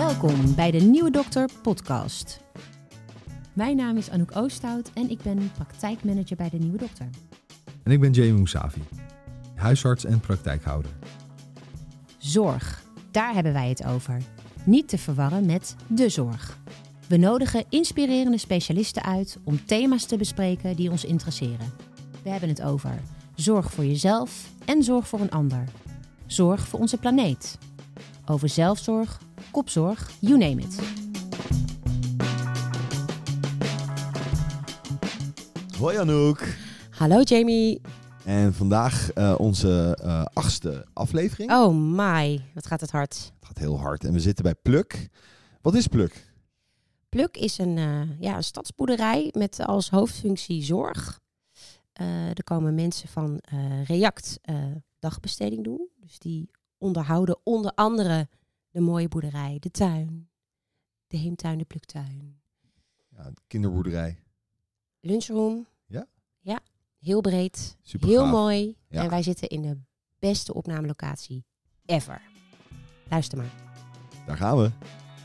Welkom bij de Nieuwe Dokter podcast. Mijn naam is Anouk Oosthout en ik ben praktijkmanager bij de Nieuwe Dokter. En ik ben Jamie Moussavi, huisarts en praktijkhouder. Zorg, daar hebben wij het over. Niet te verwarren met de zorg. We nodigen inspirerende specialisten uit om thema's te bespreken die ons interesseren. We hebben het over zorg voor jezelf en zorg voor een ander. Zorg voor onze planeet. Over zelfzorg, kopzorg, you name it. Hoi Anouk. Hallo Jamie. En vandaag onze 8e aflevering. Oh my, wat gaat het hard. Het gaat heel hard en we zitten bij Pluk. Wat is Pluk? Pluk is een stadsboerderij met als hoofdfunctie zorg. Er komen mensen van React dagbesteding doen. Dus die onderhouden onder andere de mooie boerderij, de tuin, de heemtuin, de pluktuin. Ja, kinderboerderij. Lunchroom. Ja? Ja, heel breed, Super heel gaaf. mooi. Ja. En wij zitten in de beste opnamelocatie ever. Luister maar. Daar gaan we.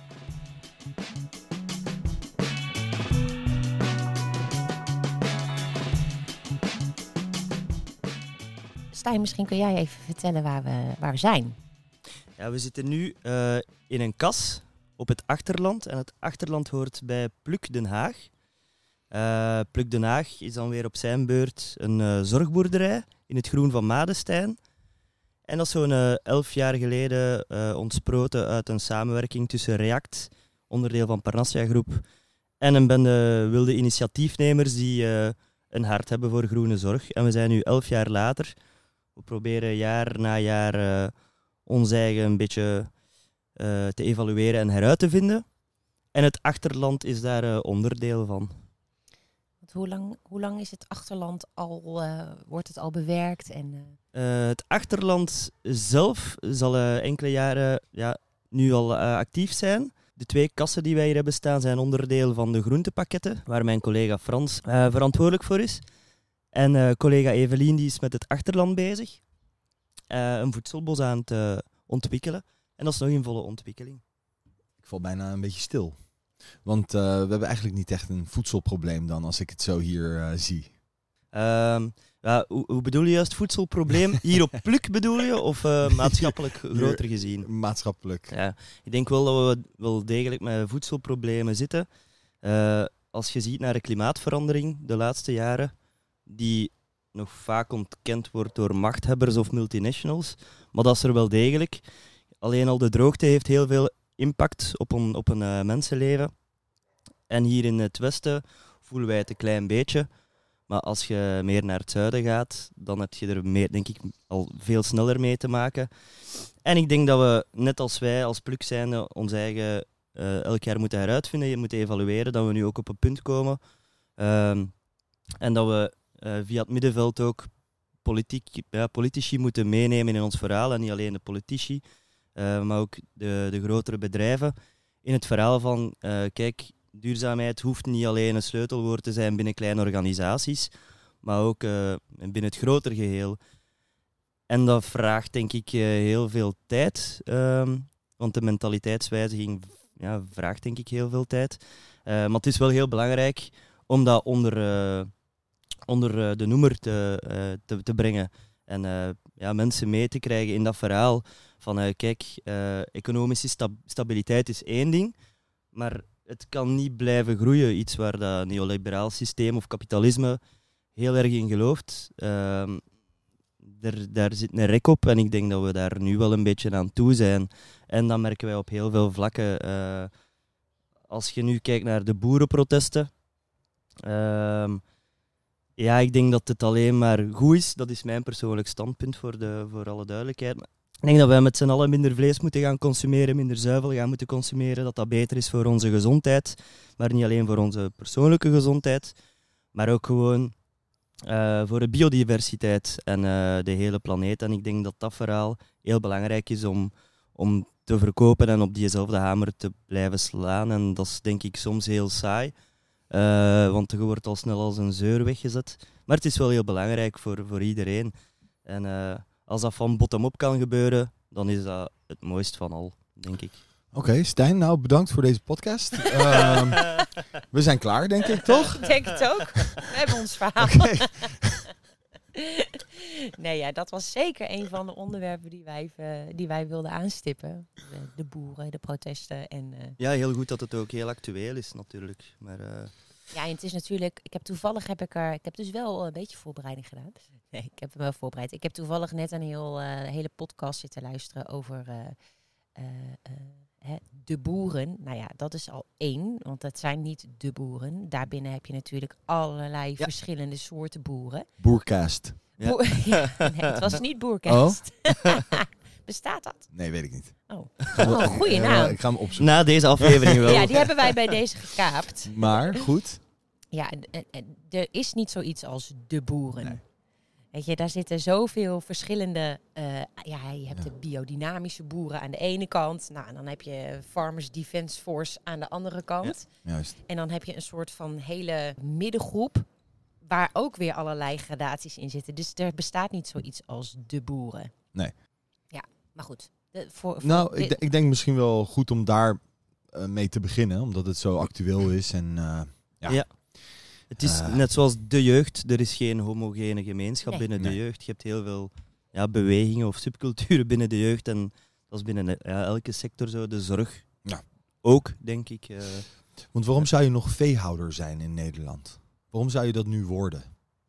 Stijn, misschien kun jij even vertellen waar we zijn. Ja, we zitten nu in een kas op het achterland. En het achterland hoort bij Pluk Den Haag. Pluk Den Haag is dan weer op zijn beurt een zorgboerderij in het groen van Madestein. En dat is zo'n 11 jaar geleden ontsproten uit een samenwerking tussen React, onderdeel van Parnassia Groep, en een bende wilde initiatiefnemers die een hart hebben voor groene zorg. En we zijn nu 11 jaar later. We proberen jaar na jaar ons eigen een beetje te evalueren en heruit te vinden. En het achterland is daar onderdeel van. Hoe lang is het achterland al, wordt het al bewerkt? Het achterland zelf zal enkele jaren nu al actief zijn. De 2 kassen die wij hier hebben staan zijn onderdeel van de groentepakketten, waar mijn collega Frans verantwoordelijk voor is. En collega Evelien die is met het achterland bezig. Een voedselbos aan het ontwikkelen. En dat is nog in volle ontwikkeling. Ik val bijna een beetje stil. Want we hebben eigenlijk niet echt een voedselprobleem dan, als ik het zo hier zie. Hoe bedoel je juist voedselprobleem? Hier op Pluk bedoel je? Of maatschappelijk groter gezien? Maatschappelijk. Ja, ik denk wel dat we wel degelijk met voedselproblemen zitten. Als je ziet naar de klimaatverandering de laatste jaren, die nog vaak ontkend wordt door machthebbers of multinationals, maar dat is er wel degelijk. Alleen al de droogte heeft heel veel impact op een mensenleven. En hier in het westen voelen wij het een klein beetje. Maar als je meer naar het zuiden gaat, dan heb je er meer, denk ik, al veel sneller mee te maken. En ik denk dat we, net als wij als Pluk zijnde, ons eigen elk jaar moeten heruitvinden. Je moet evalueren dat we nu ook op een punt komen. En dat we via het middenveld ook politici moeten meenemen in ons verhaal. En niet alleen de politici, maar ook de grotere bedrijven. In het verhaal van, kijk, duurzaamheid hoeft niet alleen een sleutelwoord te zijn binnen kleine organisaties, maar ook binnen het groter geheel. En dat vraagt, denk ik, heel veel tijd. Want de mentaliteitswijziging vraagt, denk ik, heel veel tijd. Maar het is wel heel belangrijk om dat onder de noemer te brengen. En mensen mee te krijgen in dat verhaal van, kijk, economische stabiliteit is één ding, maar het kan niet blijven groeien. Iets waar dat neoliberaal systeem of kapitalisme heel erg in gelooft. Daar zit een rek op en ik denk dat we daar nu wel een beetje aan toe zijn. En dat merken wij op heel veel vlakken. Als je nu kijkt naar de boerenprotesten. Ik denk dat het alleen maar goed is. Dat is mijn persoonlijk standpunt voor alle duidelijkheid. Ik denk dat wij met z'n allen minder vlees moeten gaan consumeren, minder zuivel gaan moeten consumeren. Dat beter is voor onze gezondheid. Maar niet alleen voor onze persoonlijke gezondheid, maar ook gewoon voor de biodiversiteit en de hele planeet. En ik denk dat dat verhaal heel belangrijk is om te verkopen en op diezelfde hamer te blijven slaan. En dat is, denk ik, soms heel saai. Want je wordt al snel als een zeur weggezet. Maar het is wel heel belangrijk voor iedereen. En als dat van bottom-up kan gebeuren, dan is dat het mooist van al, denk ik. Oké, Stijn, nou bedankt voor deze podcast. We zijn klaar, denk ik, toch? Ik denk het ook. We hebben ons verhaal. Oké. Nee, ja, dat was zeker een van de onderwerpen die wij wilden aanstippen. De boeren, de protesten en... Ja, heel goed dat het ook heel actueel is natuurlijk. Maar, Ja, en het is natuurlijk... Ik heb dus wel een beetje voorbereiding gedaan. Nee, ik heb hem wel voorbereid. Ik heb toevallig net een hele podcast zitten luisteren over de boeren. Nou ja, dat is al 1, want dat zijn niet de boeren. Daarbinnen heb je natuurlijk allerlei verschillende soorten boeren. Boercast. Ja. Nee, het was niet Boercast. Bestaat dat? Nee, weet ik niet. Goeie naam. Ik ga hem opzoeken. na deze aflevering wel. Ja, die hebben wij bij deze gekaapt. Maar, goed. Ja, er is niet zoiets als de boeren. Nee. Weet je, daar zitten zoveel verschillende... je hebt de biodynamische boeren aan de ene kant. Nou, en dan heb je Farmers Defence Force aan de andere kant. Ja, juist. En dan heb je een soort van hele middengroep... waar ook weer allerlei gradaties in zitten. Dus er bestaat niet zoiets als de boeren. Nee. Ja, maar goed. Ik denk misschien wel goed om daar mee te beginnen. Omdat het zo actueel is. En, Ja. Het is net zoals de jeugd. Er is geen homogene gemeenschap binnen de Nee. jeugd. Je hebt heel veel bewegingen of subculturen binnen de jeugd. En dat is binnen elke sector zo. De zorg ook, denk ik. Want waarom zou je nog veehouder zijn in Nederland? Waarom zou je dat nu worden?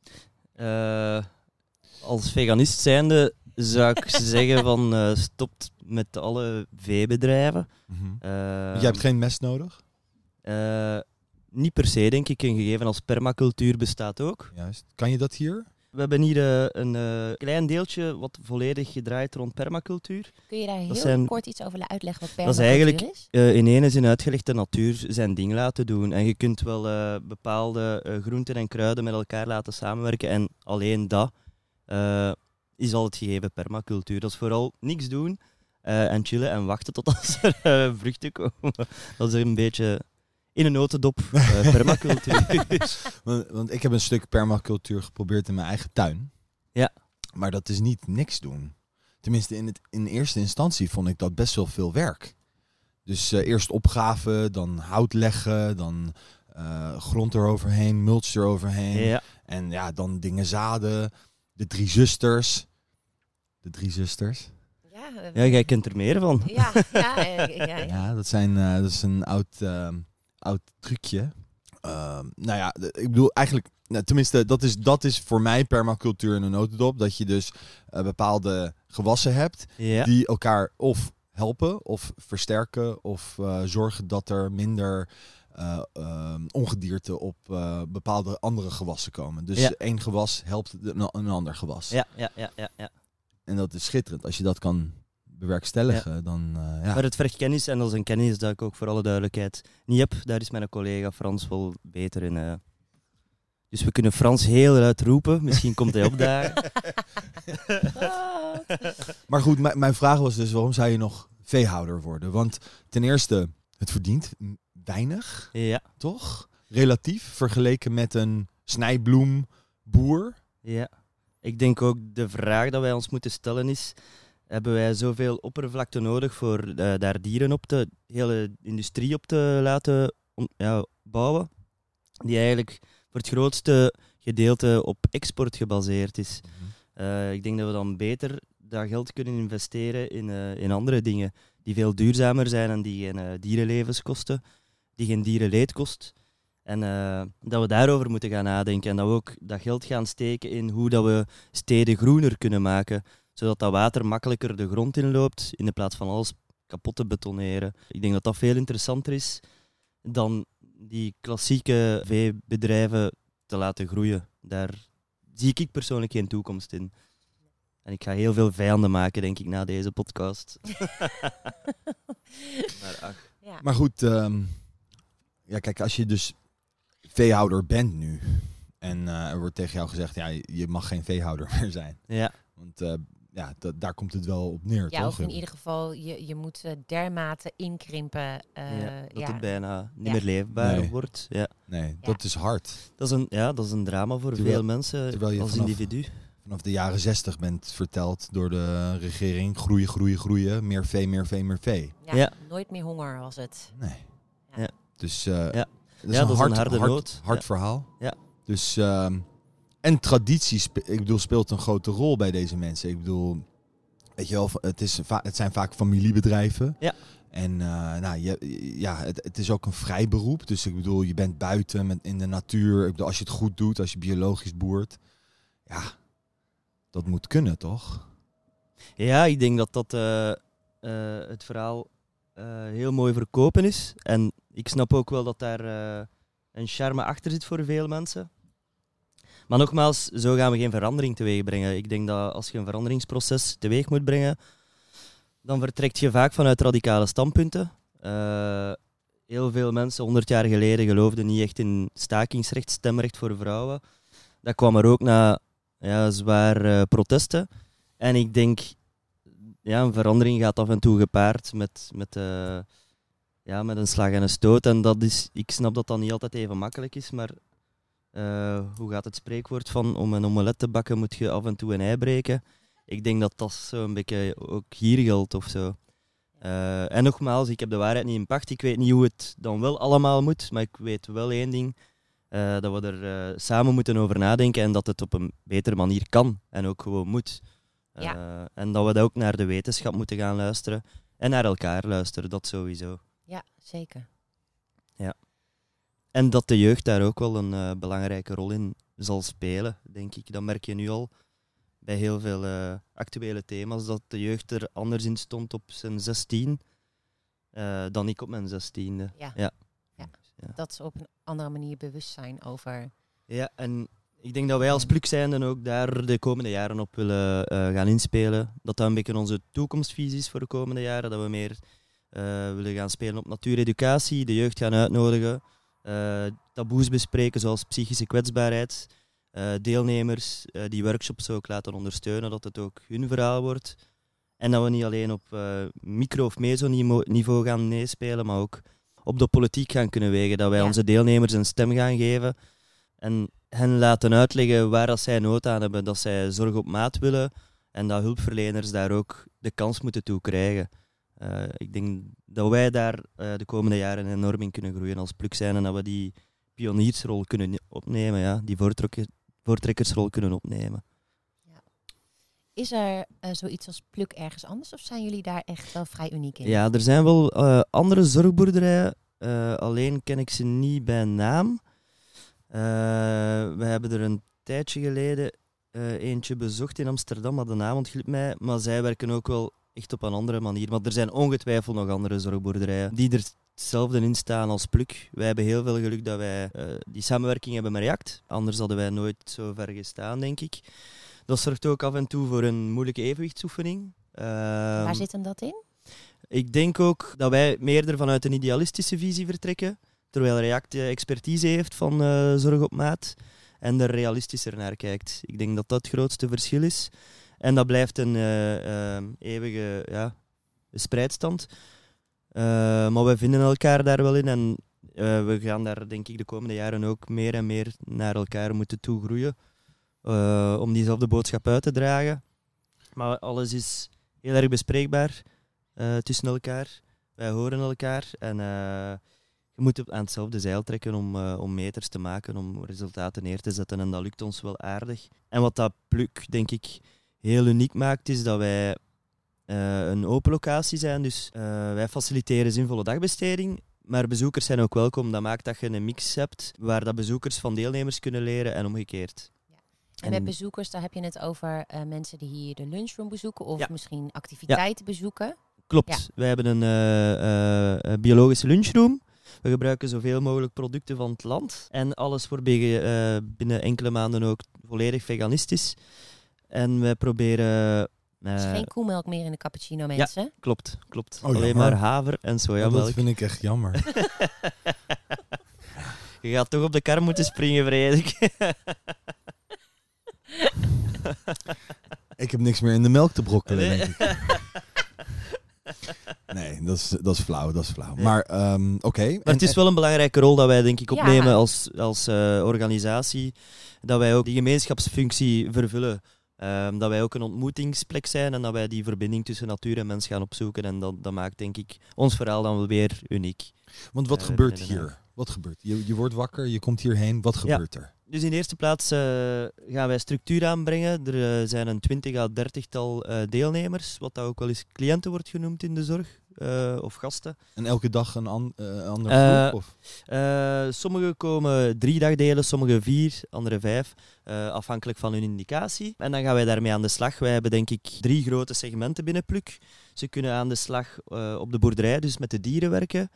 Als veganist zijnde zou ik zeggen van stopt met alle veebedrijven. Want jij hebt geen mest nodig? Niet per se, denk ik. Een gegeven als permacultuur bestaat ook. Juist. Kan je dat hier? We hebben hier een klein deeltje wat volledig gedraaid rond permacultuur. Kun je daar kort iets over uitleggen wat Dat is permacultuur eigenlijk in ene zin uitgelegd de natuur zijn ding laten doen. En je kunt wel bepaalde groenten en kruiden met elkaar laten samenwerken. En alleen dat is al het gegeven permacultuur. Dat is vooral niks doen en chillen en wachten tot als er vruchten komen. Dat is een beetje... in een notendop permacultuur. Want ik heb een stuk permacultuur geprobeerd in mijn eigen tuin. Ja. Maar dat is niet niks doen. Tenminste, in eerste instantie vond ik dat best wel veel werk. Dus eerst opgraven, dan hout leggen, dan grond eroverheen, mulch eroverheen. Ja. En ja, dan dingen zaden. De 3 zusters. De 3 zusters. Ja, jij kent er meer van. Ja. Ja, dat is een oud trucje. Nou ja, ik bedoel eigenlijk... Nou, tenminste, dat is voor mij permacultuur in een notendop. Dat je dus bepaalde gewassen hebt die elkaar of helpen of versterken of zorgen dat er minder ongedierte op bepaalde andere gewassen komen. Dus één gewas helpt een ander gewas. Ja. En dat is schitterend. Als je dat kan bewerkstelligen, dan... Maar het vergt kennis, en dat is een kennis dat ik ook voor alle duidelijkheid niet heb. Daar is mijn collega Frans wel beter in. Dus we kunnen Frans heel luid roepen. Misschien komt hij opdagen. Maar goed, mijn vraag was dus, waarom zou je nog veehouder worden? Want ten eerste, het verdient weinig, toch? Relatief, vergeleken met een snijbloemboer. Ja, ik denk ook de vraag dat wij ons moeten stellen is... Hebben wij zoveel oppervlakte nodig voor daar dieren op de hele industrie op te laten bouwen? Die eigenlijk voor het grootste gedeelte op export gebaseerd is. Ik denk dat we dan beter dat geld kunnen investeren in andere dingen die veel duurzamer zijn en die geen dierenlevens kosten, die geen dierenleed kost. En dat we daarover moeten gaan nadenken en dat we ook dat geld gaan steken in hoe dat we steden groener kunnen maken, zodat dat water makkelijker de grond inloopt, in de plaats van alles kapot te betoneren. Ik denk dat dat veel interessanter is dan die klassieke veebedrijven te laten groeien. Daar zie ik persoonlijk geen toekomst in. En ik ga heel veel vijanden maken, denk ik, na deze podcast. Maar goed, kijk, als je dus veehouder bent nu en er wordt tegen jou gezegd, je mag geen veehouder meer zijn. Ja. Want daar komt het wel op neer, ja, toch? Of in ieder geval, je moet dermate inkrimpen. Dat het bijna niet meer leefbaar wordt. Ja. Nee, dat is hard. Dat is een drama voor veel mensen als individu. vanaf de jaren 60 bent verteld door de regering. Groeien. Meer vee. Ja, nooit meer honger was het. Nee. Ja. Dus Ja. dat is Ja, een dat is een harde hard noot. hard Ja. verhaal. Ja. Dus, en traditie speelt een grote rol bij deze mensen. Ik bedoel, weet je wel, het zijn vaak familiebedrijven. Ja. En het is ook een vrij beroep. Dus ik bedoel, je bent buiten in de natuur. Ik bedoel, als je het goed doet, als je biologisch boert. Ja, dat moet kunnen, toch? Ja, ik denk dat het verhaal heel mooi verkopen is. En ik snap ook wel dat daar een charme achter zit voor veel mensen. Maar nogmaals, zo gaan we geen verandering teweeg brengen. Ik denk dat als je een veranderingsproces teweeg moet brengen, dan vertrekt je vaak vanuit radicale standpunten. Heel veel mensen 100 jaar geleden geloofden niet echt in stakingsrecht, stemrecht voor vrouwen. Dat kwam er ook na zwaar protesten. En ik denk, een verandering gaat af en toe gepaard met een slag en een stoot. En ik snap dat dat niet altijd even makkelijk is, maar hoe gaat het spreekwoord van om een omelet te bakken moet je af en toe een ei breken? Ik denk dat dat zo een beetje ook hier geldt of zo. En nogmaals, ik heb de waarheid niet in pacht. Ik weet niet hoe het dan wel allemaal moet, maar ik weet wel één ding. Dat we er samen moeten over nadenken en dat het op een betere manier kan en ook gewoon moet. En dat we ook naar de wetenschap moeten gaan luisteren en naar elkaar luisteren, dat sowieso. Ja, zeker. Ja. En dat de jeugd daar ook wel een belangrijke rol in zal spelen, denk ik. Dat merk je nu al bij heel veel actuele thema's, dat de jeugd er anders in stond op zijn 16 dan ik op mijn 16e. Ja. Dat ze op een andere manier bewust zijn over... Ja, en ik denk dat wij als Pluk zijnde ook daar de komende jaren op willen gaan inspelen. Dat een beetje onze toekomstvisie is voor de komende jaren. Dat we meer willen gaan spelen op natuureducatie, de jeugd gaan uitnodigen, taboes bespreken zoals psychische kwetsbaarheid, deelnemers die workshops ook laten ondersteunen, dat het ook hun verhaal wordt. En dat we niet alleen op micro- of meso-niveau gaan meespelen, maar ook op de politiek gaan kunnen wegen. Dat wij onze deelnemers een stem gaan geven en hen laten uitleggen waar dat zij nood aan hebben, dat zij zorg op maat willen en dat hulpverleners daar ook de kans moeten toe krijgen. Ik denk dat wij daar de komende jaren enorm in kunnen groeien als Pluk zijn en dat we die pioniersrol kunnen opnemen, die voortrekkersrol kunnen opnemen. Ja. Is er zoiets als Pluk ergens anders of zijn jullie daar echt wel vrij uniek in? Ja, er zijn wel andere zorgboerderijen, alleen ken ik ze niet bij naam. We hebben er een tijdje geleden eentje bezocht in Amsterdam, maar de naam ontglipt mij. Maar zij werken ook wel echt op een andere manier. Maar er zijn ongetwijfeld nog andere zorgboerderijen die er hetzelfde in staan als Pluk. Wij hebben heel veel geluk dat wij die samenwerking hebben met React. Anders hadden wij nooit zo ver gestaan, denk ik. Dat zorgt ook af en toe voor een moeilijke evenwichtsoefening. Waar zit hem dat in? Ik denk ook dat wij meer vanuit een idealistische visie vertrekken, terwijl React expertise heeft van zorg op maat en er realistischer naar kijkt. Ik denk dat dat het grootste verschil is. En dat blijft een eeuwige spreidstand. Maar we vinden elkaar daar wel in en we gaan daar denk ik de komende jaren ook meer en meer naar elkaar moeten toe groeien om diezelfde boodschap uit te dragen. Maar alles is heel erg bespreekbaar tussen elkaar. Wij horen elkaar en je moet aan hetzelfde zeil trekken om meters te maken, om resultaten neer te zetten. En dat lukt ons wel aardig. En wat dat Pluk, denk ik, heel uniek maakt, is dat wij een open locatie zijn. Dus wij faciliteren zinvolle dagbesteding. Maar bezoekers zijn ook welkom. Dat maakt dat je een mix hebt waar dat bezoekers van deelnemers kunnen leren en omgekeerd. En met bezoekers, daar heb je het over mensen die hier de lunchroom bezoeken of misschien activiteiten bezoeken. Klopt. Ja. Wij hebben een biologische lunchroom. We gebruiken zoveel mogelijk producten van het land. En alles wordt binnen enkele maanden ook volledig veganistisch. En wij proberen... Er is geen koemelk meer in de cappuccino, mensen. Ja, klopt. Oh, alleen jammer. maar haver en sojamelk. Dat vind ik echt jammer. Je gaat toch op de kar moeten springen, Frederik. Ik heb niks meer in de melk te brokkelen, denk ik. Nee, dat is flauw. Ja. Maar oké. Maar het is wel een belangrijke rol dat wij denk ik opnemen Ja. als organisatie. Dat wij ook die gemeenschapsfunctie vervullen. Dat wij ook een ontmoetingsplek zijn en dat wij die verbinding tussen natuur en mens gaan opzoeken. En dat maakt, denk ik, ons verhaal dan wel weer uniek. Want wat gebeurt hier? Wat gebeurt? Je wordt wakker, je komt hierheen. Wat gebeurt er? Dus in de eerste plaats gaan wij structuur aanbrengen. Er zijn een 20 à 30-tal deelnemers, wat dat ook wel eens cliënten wordt genoemd in de zorg, of gasten. En elke dag een andere groep? Of? Sommigen komen 3 dagdelen, sommigen 4, andere 5, afhankelijk van hun indicatie. En dan gaan wij daarmee aan de slag. Wij hebben denk ik 3 grote segmenten binnen Pluk. Ze kunnen aan de slag op de boerderij, dus met de dieren werken.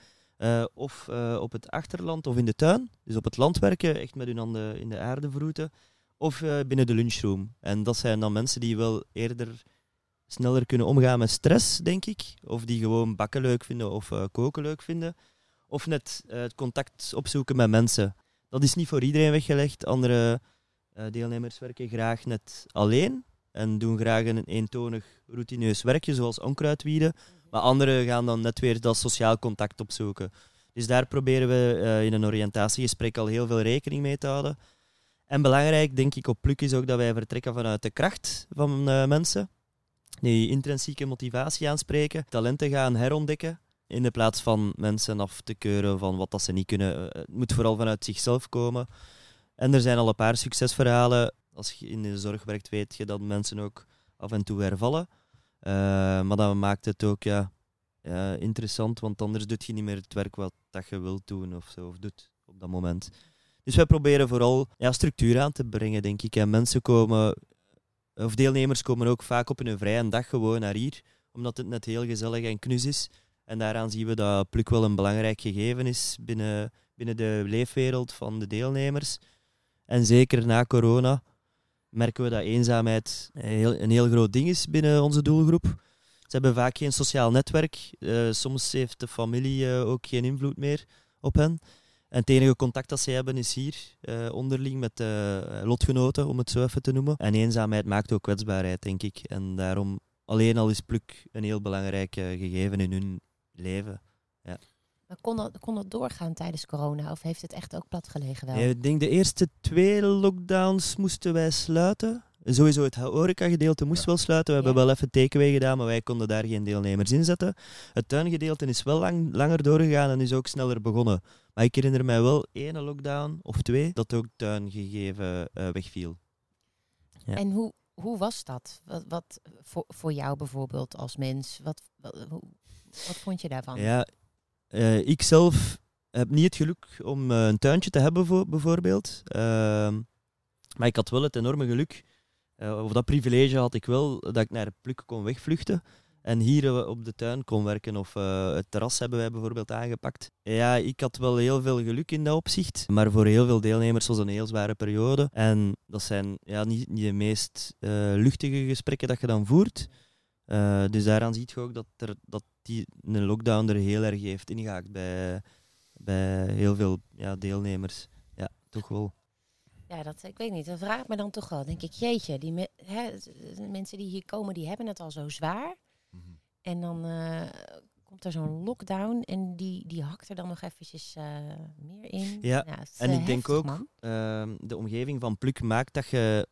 Of op het achterland of in de tuin. Dus op het land werken, echt met hun handen in de aarde vroeten. Of binnen de lunchroom. En dat zijn dan mensen die wel eerder sneller kunnen omgaan met stress, denk ik. Of die gewoon bakken leuk vinden of koken leuk vinden. Of net het contact opzoeken met mensen. Dat is niet voor iedereen weggelegd. Andere deelnemers werken graag net alleen. En doen graag een eentonig routineus werkje, zoals onkruidwieden. Maar anderen gaan dan net weer dat sociaal contact opzoeken. Dus daar proberen we in een oriëntatiegesprek al heel veel rekening mee te houden. En belangrijk, denk ik, op Pluk is ook dat wij vertrekken vanuit de kracht van mensen. Die intrinsieke motivatie aanspreken, talenten gaan herontdekken. In de plaats van mensen af te keuren van wat dat ze niet kunnen. Het moet vooral vanuit zichzelf komen. En er zijn al een paar succesverhalen. Als je in de zorg werkt, weet je dat mensen ook af en toe hervallen. Maar dat maakt het ook interessant, want anders doe je niet meer het werk wat dat je wilt doen of doet op dat moment. Dus wij proberen vooral structuur aan te brengen, denk ik. En mensen komen, of deelnemers komen ook vaak op een vrije dag gewoon naar hier, omdat het net heel gezellig en knus is. En daaraan zien we dat Pluk wel een belangrijk gegeven is binnen de leefwereld van de deelnemers. En zeker na corona merken we dat eenzaamheid een heel groot ding is binnen onze doelgroep. Ze hebben vaak geen sociaal netwerk. Soms heeft de familie ook geen invloed meer op hen. En het enige contact dat ze hebben is hier, onderling met lotgenoten, om het zo even te noemen. En eenzaamheid maakt ook kwetsbaarheid, denk ik. En daarom, alleen al is Pluk een heel belangrijk gegeven in hun leven. Ja. Maar kon dat doorgaan tijdens corona? Of heeft het echt ook platgelegen wel? Ik denk de eerste 2 lockdowns moesten wij sluiten. Sowieso het horecagedeelte moest wel sluiten. We hebben wel even takeaway gedaan, maar wij konden daar geen deelnemers in zetten. Het tuingedeelte is wel langer doorgegaan en is ook sneller begonnen. Maar ik herinner mij wel 1 lockdown of 2 dat ook tuingegeven wegviel. Ja. En hoe was dat? Wat voor jou bijvoorbeeld als mens? Wat vond je daarvan? Ja, ik zelf heb niet het geluk om een tuintje te hebben, bijvoorbeeld. Maar ik had wel het enorme geluk, of dat privilege had ik wel, dat ik naar Pluk kon wegvluchten. En hier op de tuin kon werken. Of het terras hebben wij bijvoorbeeld aangepakt. Ja, ik had wel heel veel geluk in dat opzicht. Maar voor heel veel deelnemers was het een heel zware periode. En dat zijn niet de meest luchtige gesprekken dat je dan voert. Dus daaraan zie je ook dat een lockdown er heel erg heeft ingehaakt bij heel veel deelnemers. Ja, toch wel. Ja, ik weet niet. Dat vraagt me dan toch wel. Denk ik, jeetje, de mensen die hier komen, die hebben het al zo zwaar. Mm-hmm. En dan komt er zo'n lockdown en die hakt er dan nog eventjes meer in. Ja, en ik denk ook, de omgeving van Pluk maakt dat je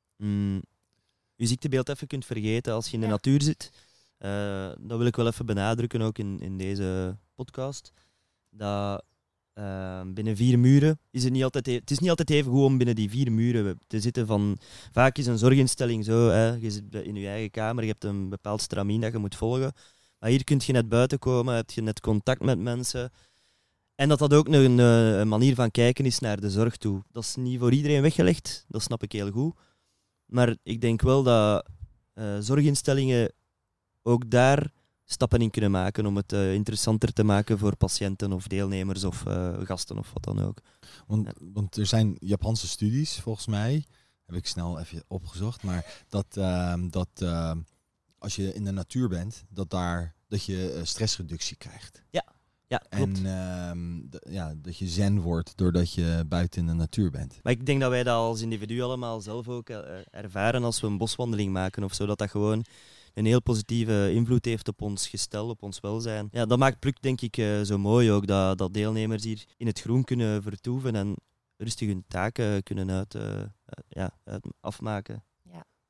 je ziektebeeld even kunt vergeten als je in de natuur zit. Dat wil ik wel even benadrukken, ook in deze podcast. Dat binnen 4 muren is het is niet altijd even goed om binnen die 4 muren te zitten. Vaak is een zorginstelling zo, je zit in je eigen kamer, je hebt een bepaald stramien dat je moet volgen. Maar hier kun je net buiten komen, heb je net contact met mensen. En dat ook een manier van kijken is naar de zorg toe. Dat is niet voor iedereen weggelegd, dat snap ik heel goed. Maar ik denk wel dat zorginstellingen ook daar stappen in kunnen maken om het interessanter te maken voor patiënten of deelnemers of gasten of wat dan ook. Want er zijn Japanse studies, volgens mij, heb ik snel even opgezocht, maar dat als je in de natuur bent, dat je stressreductie krijgt. Ja, klopt. En dat je zen wordt doordat je buiten in de natuur bent. Maar ik denk dat wij dat als individu allemaal zelf ook ervaren als we een boswandeling maken of zo. Dat gewoon een heel positieve invloed heeft op ons gestel, op ons welzijn. Ja, dat maakt Pluk denk ik zo mooi ook, dat deelnemers hier in het groen kunnen vertoeven en rustig hun taken kunnen afmaken. Ja.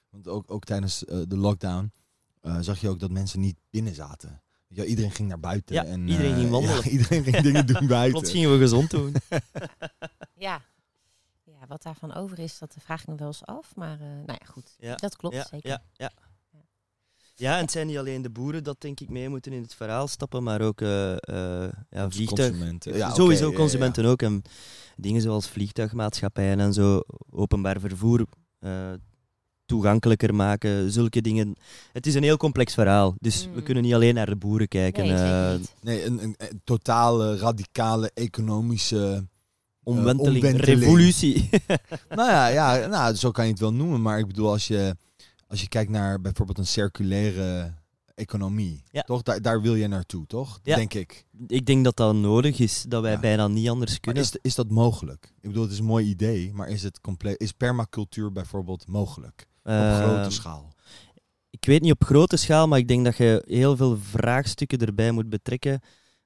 Want ook tijdens de lockdown zag je ook dat mensen niet binnen zaten. Ja, iedereen ging naar buiten. Ja, en, iedereen ging wandelen. Ja, iedereen ging dingen doen buiten. Plots gingen we gezond doen. Ja. Ja, wat daarvan over is, dat vraag ik me wel eens af. Maar nou ja, goed. Ja. Dat klopt zeker. Ja, en het zijn niet alleen de boeren dat denk ik mee moeten in het verhaal stappen, maar ook vliegtuig. Consumenten. Ja, Sowieso oké, consumenten ook. En dingen zoals vliegtuigmaatschappijen en zo, openbaar vervoer toegankelijker maken, zulke dingen. Het is een heel complex verhaal, dus we kunnen niet alleen naar de boeren kijken. Nee, zeker niet. Nee, een totale, radicale, economische Omwenteling, omwenteling. revolutie. Nou, zo kan je het wel noemen. Maar ik bedoel, als je kijkt naar bijvoorbeeld een circulaire economie, toch? Daar wil je naartoe, toch? Ja. Denk ik. Ik denk dat dat nodig is, dat wij bijna niet anders kunnen. Maar is dat mogelijk? Ik bedoel, het is een mooi idee, maar is permacultuur bijvoorbeeld mogelijk? Op grote schaal? Ik weet niet op grote schaal, maar ik denk dat je heel veel vraagstukken erbij moet betrekken.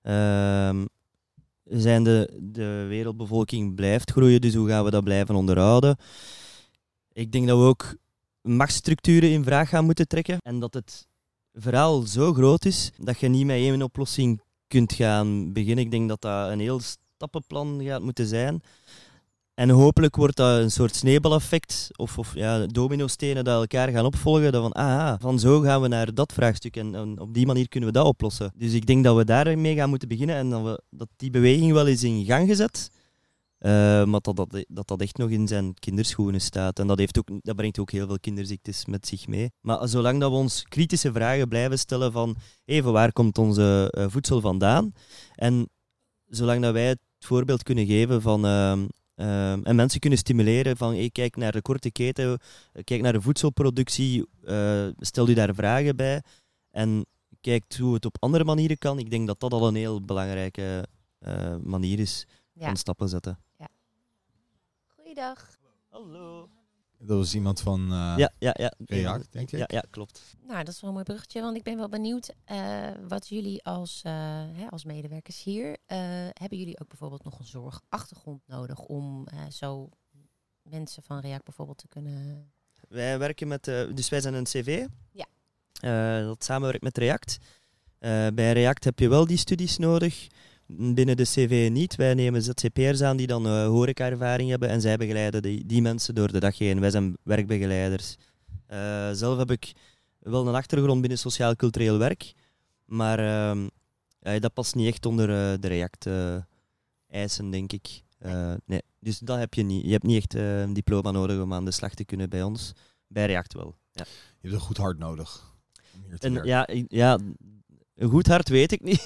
De wereldbevolking blijft groeien, dus hoe gaan we dat blijven onderhouden? Ik denk dat we ook machtsstructuren in vraag gaan moeten trekken. En dat het verhaal zo groot is dat je niet met één oplossing kunt gaan beginnen. Ik denk dat dat een heel stappenplan gaat moeten zijn. En hopelijk wordt dat een soort sneeuwbaleffect of dominostenen dat elkaar gaan opvolgen. Dat van zo gaan we naar dat vraagstuk en op die manier kunnen we dat oplossen. Dus ik denk dat we daarmee gaan moeten beginnen en dat die beweging wel is in gang gezet. Maar dat echt nog in zijn kinderschoenen staat. En dat brengt ook heel veel kinderziektes met zich mee. Maar zolang dat we ons kritische vragen blijven stellen van even waar komt onze voedsel vandaan? En zolang dat wij het voorbeeld kunnen geven van en mensen kunnen stimuleren van kijk naar de korte keten, kijk naar de voedselproductie, stel u daar vragen bij en kijk hoe het op andere manieren kan. Ik denk dat dat al een heel belangrijke manier is van stappen zetten. Ja. Goeiedag. Hallo. Dat was iemand van React, denk ik. Ja, klopt. Nou, dat is wel een mooi bruggetje, want ik ben wel benieuwd wat jullie als medewerkers hier, hebben jullie ook bijvoorbeeld nog een zorgachtergrond nodig om zo mensen van React bijvoorbeeld te kunnen... Wij werken met, dus wij zijn een CV, dat samenwerkt met React. Bij React heb je wel die studies nodig, binnen de CV niet. Wij nemen ZZP'ers aan die dan horeca-ervaring hebben en zij begeleiden die mensen door de dag heen. Wij zijn werkbegeleiders. Zelf heb ik wel een achtergrond binnen sociaal-cultureel werk, maar dat past niet echt onder de React-eisen, denk ik. Nee. Dus dat heb je niet. Je hebt niet echt een diploma nodig om aan de slag te kunnen bij ons. Bij React wel. Ja. Je hebt een goed hart nodig om hier te werken. Ja, een goed hart weet ik niet.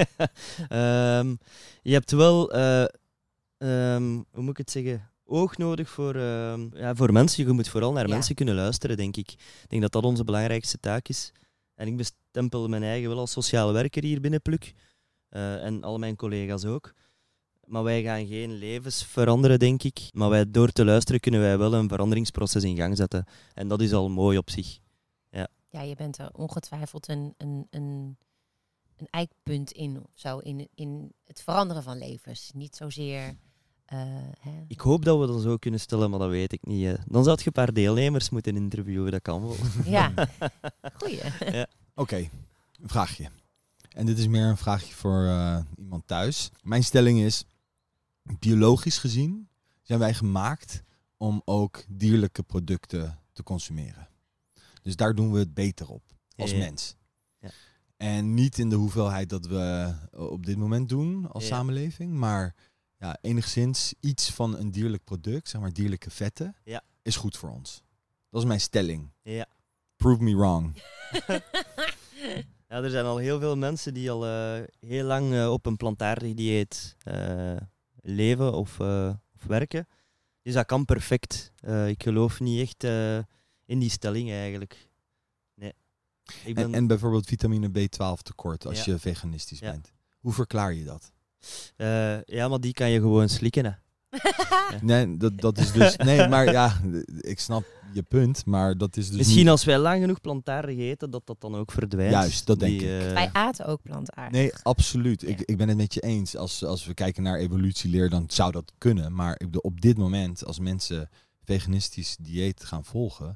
Je hebt wel, hoe moet ik het zeggen, oog nodig voor mensen. Je moet vooral naar mensen kunnen luisteren, denk ik. Ik denk dat dat onze belangrijkste taak is. En ik bestempel mijn eigen wel als sociale werker hier binnen Pluk. En al mijn collega's ook. Maar wij gaan geen levens veranderen, denk ik. Maar door te luisteren kunnen wij wel een veranderingsproces in gang zetten. En dat is al mooi op zich. Ja, je bent er ongetwijfeld een eikpunt in, of zo, in het veranderen van levens. Niet zozeer... Ik hoop dat we dat zo kunnen stellen, maar dat weet ik niet. Dan zou je een paar deelnemers moeten interviewen, dat kan wel. Ja, goeie. Ja. Oké, een vraagje. En dit is meer een vraagje voor iemand thuis. Mijn stelling is, biologisch gezien zijn wij gemaakt om ook dierlijke producten te consumeren. Dus daar doen we het beter op, als mens. Ja. En niet in de hoeveelheid dat we op dit moment doen als samenleving, maar enigszins iets van een dierlijk product, zeg maar dierlijke vetten, is goed voor ons. Dat is mijn stelling. Ja. Prove me wrong. Ja, er zijn al heel veel mensen die al heel lang op een plantaardig dieet leven of werken. Dus dat kan perfect. Ik geloof niet echt in die stelling eigenlijk. Nee. En bijvoorbeeld vitamine B12 tekort als je veganistisch bent. Hoe verklaar je dat? Maar die kan je gewoon slikken. Hè. Nee, dat is dus... Nee, maar ik snap je punt, maar dat is dus misschien niet... als wij lang genoeg plantaardig eten, dat dan ook verdwijnt. Juist, dat denk ik. Wij aten ook plantaardig. Nee, absoluut. Ja. Ik ben het met je eens. Als we kijken naar evolutieleer, dan zou dat kunnen. Maar op dit moment, als mensen veganistisch dieet gaan volgen,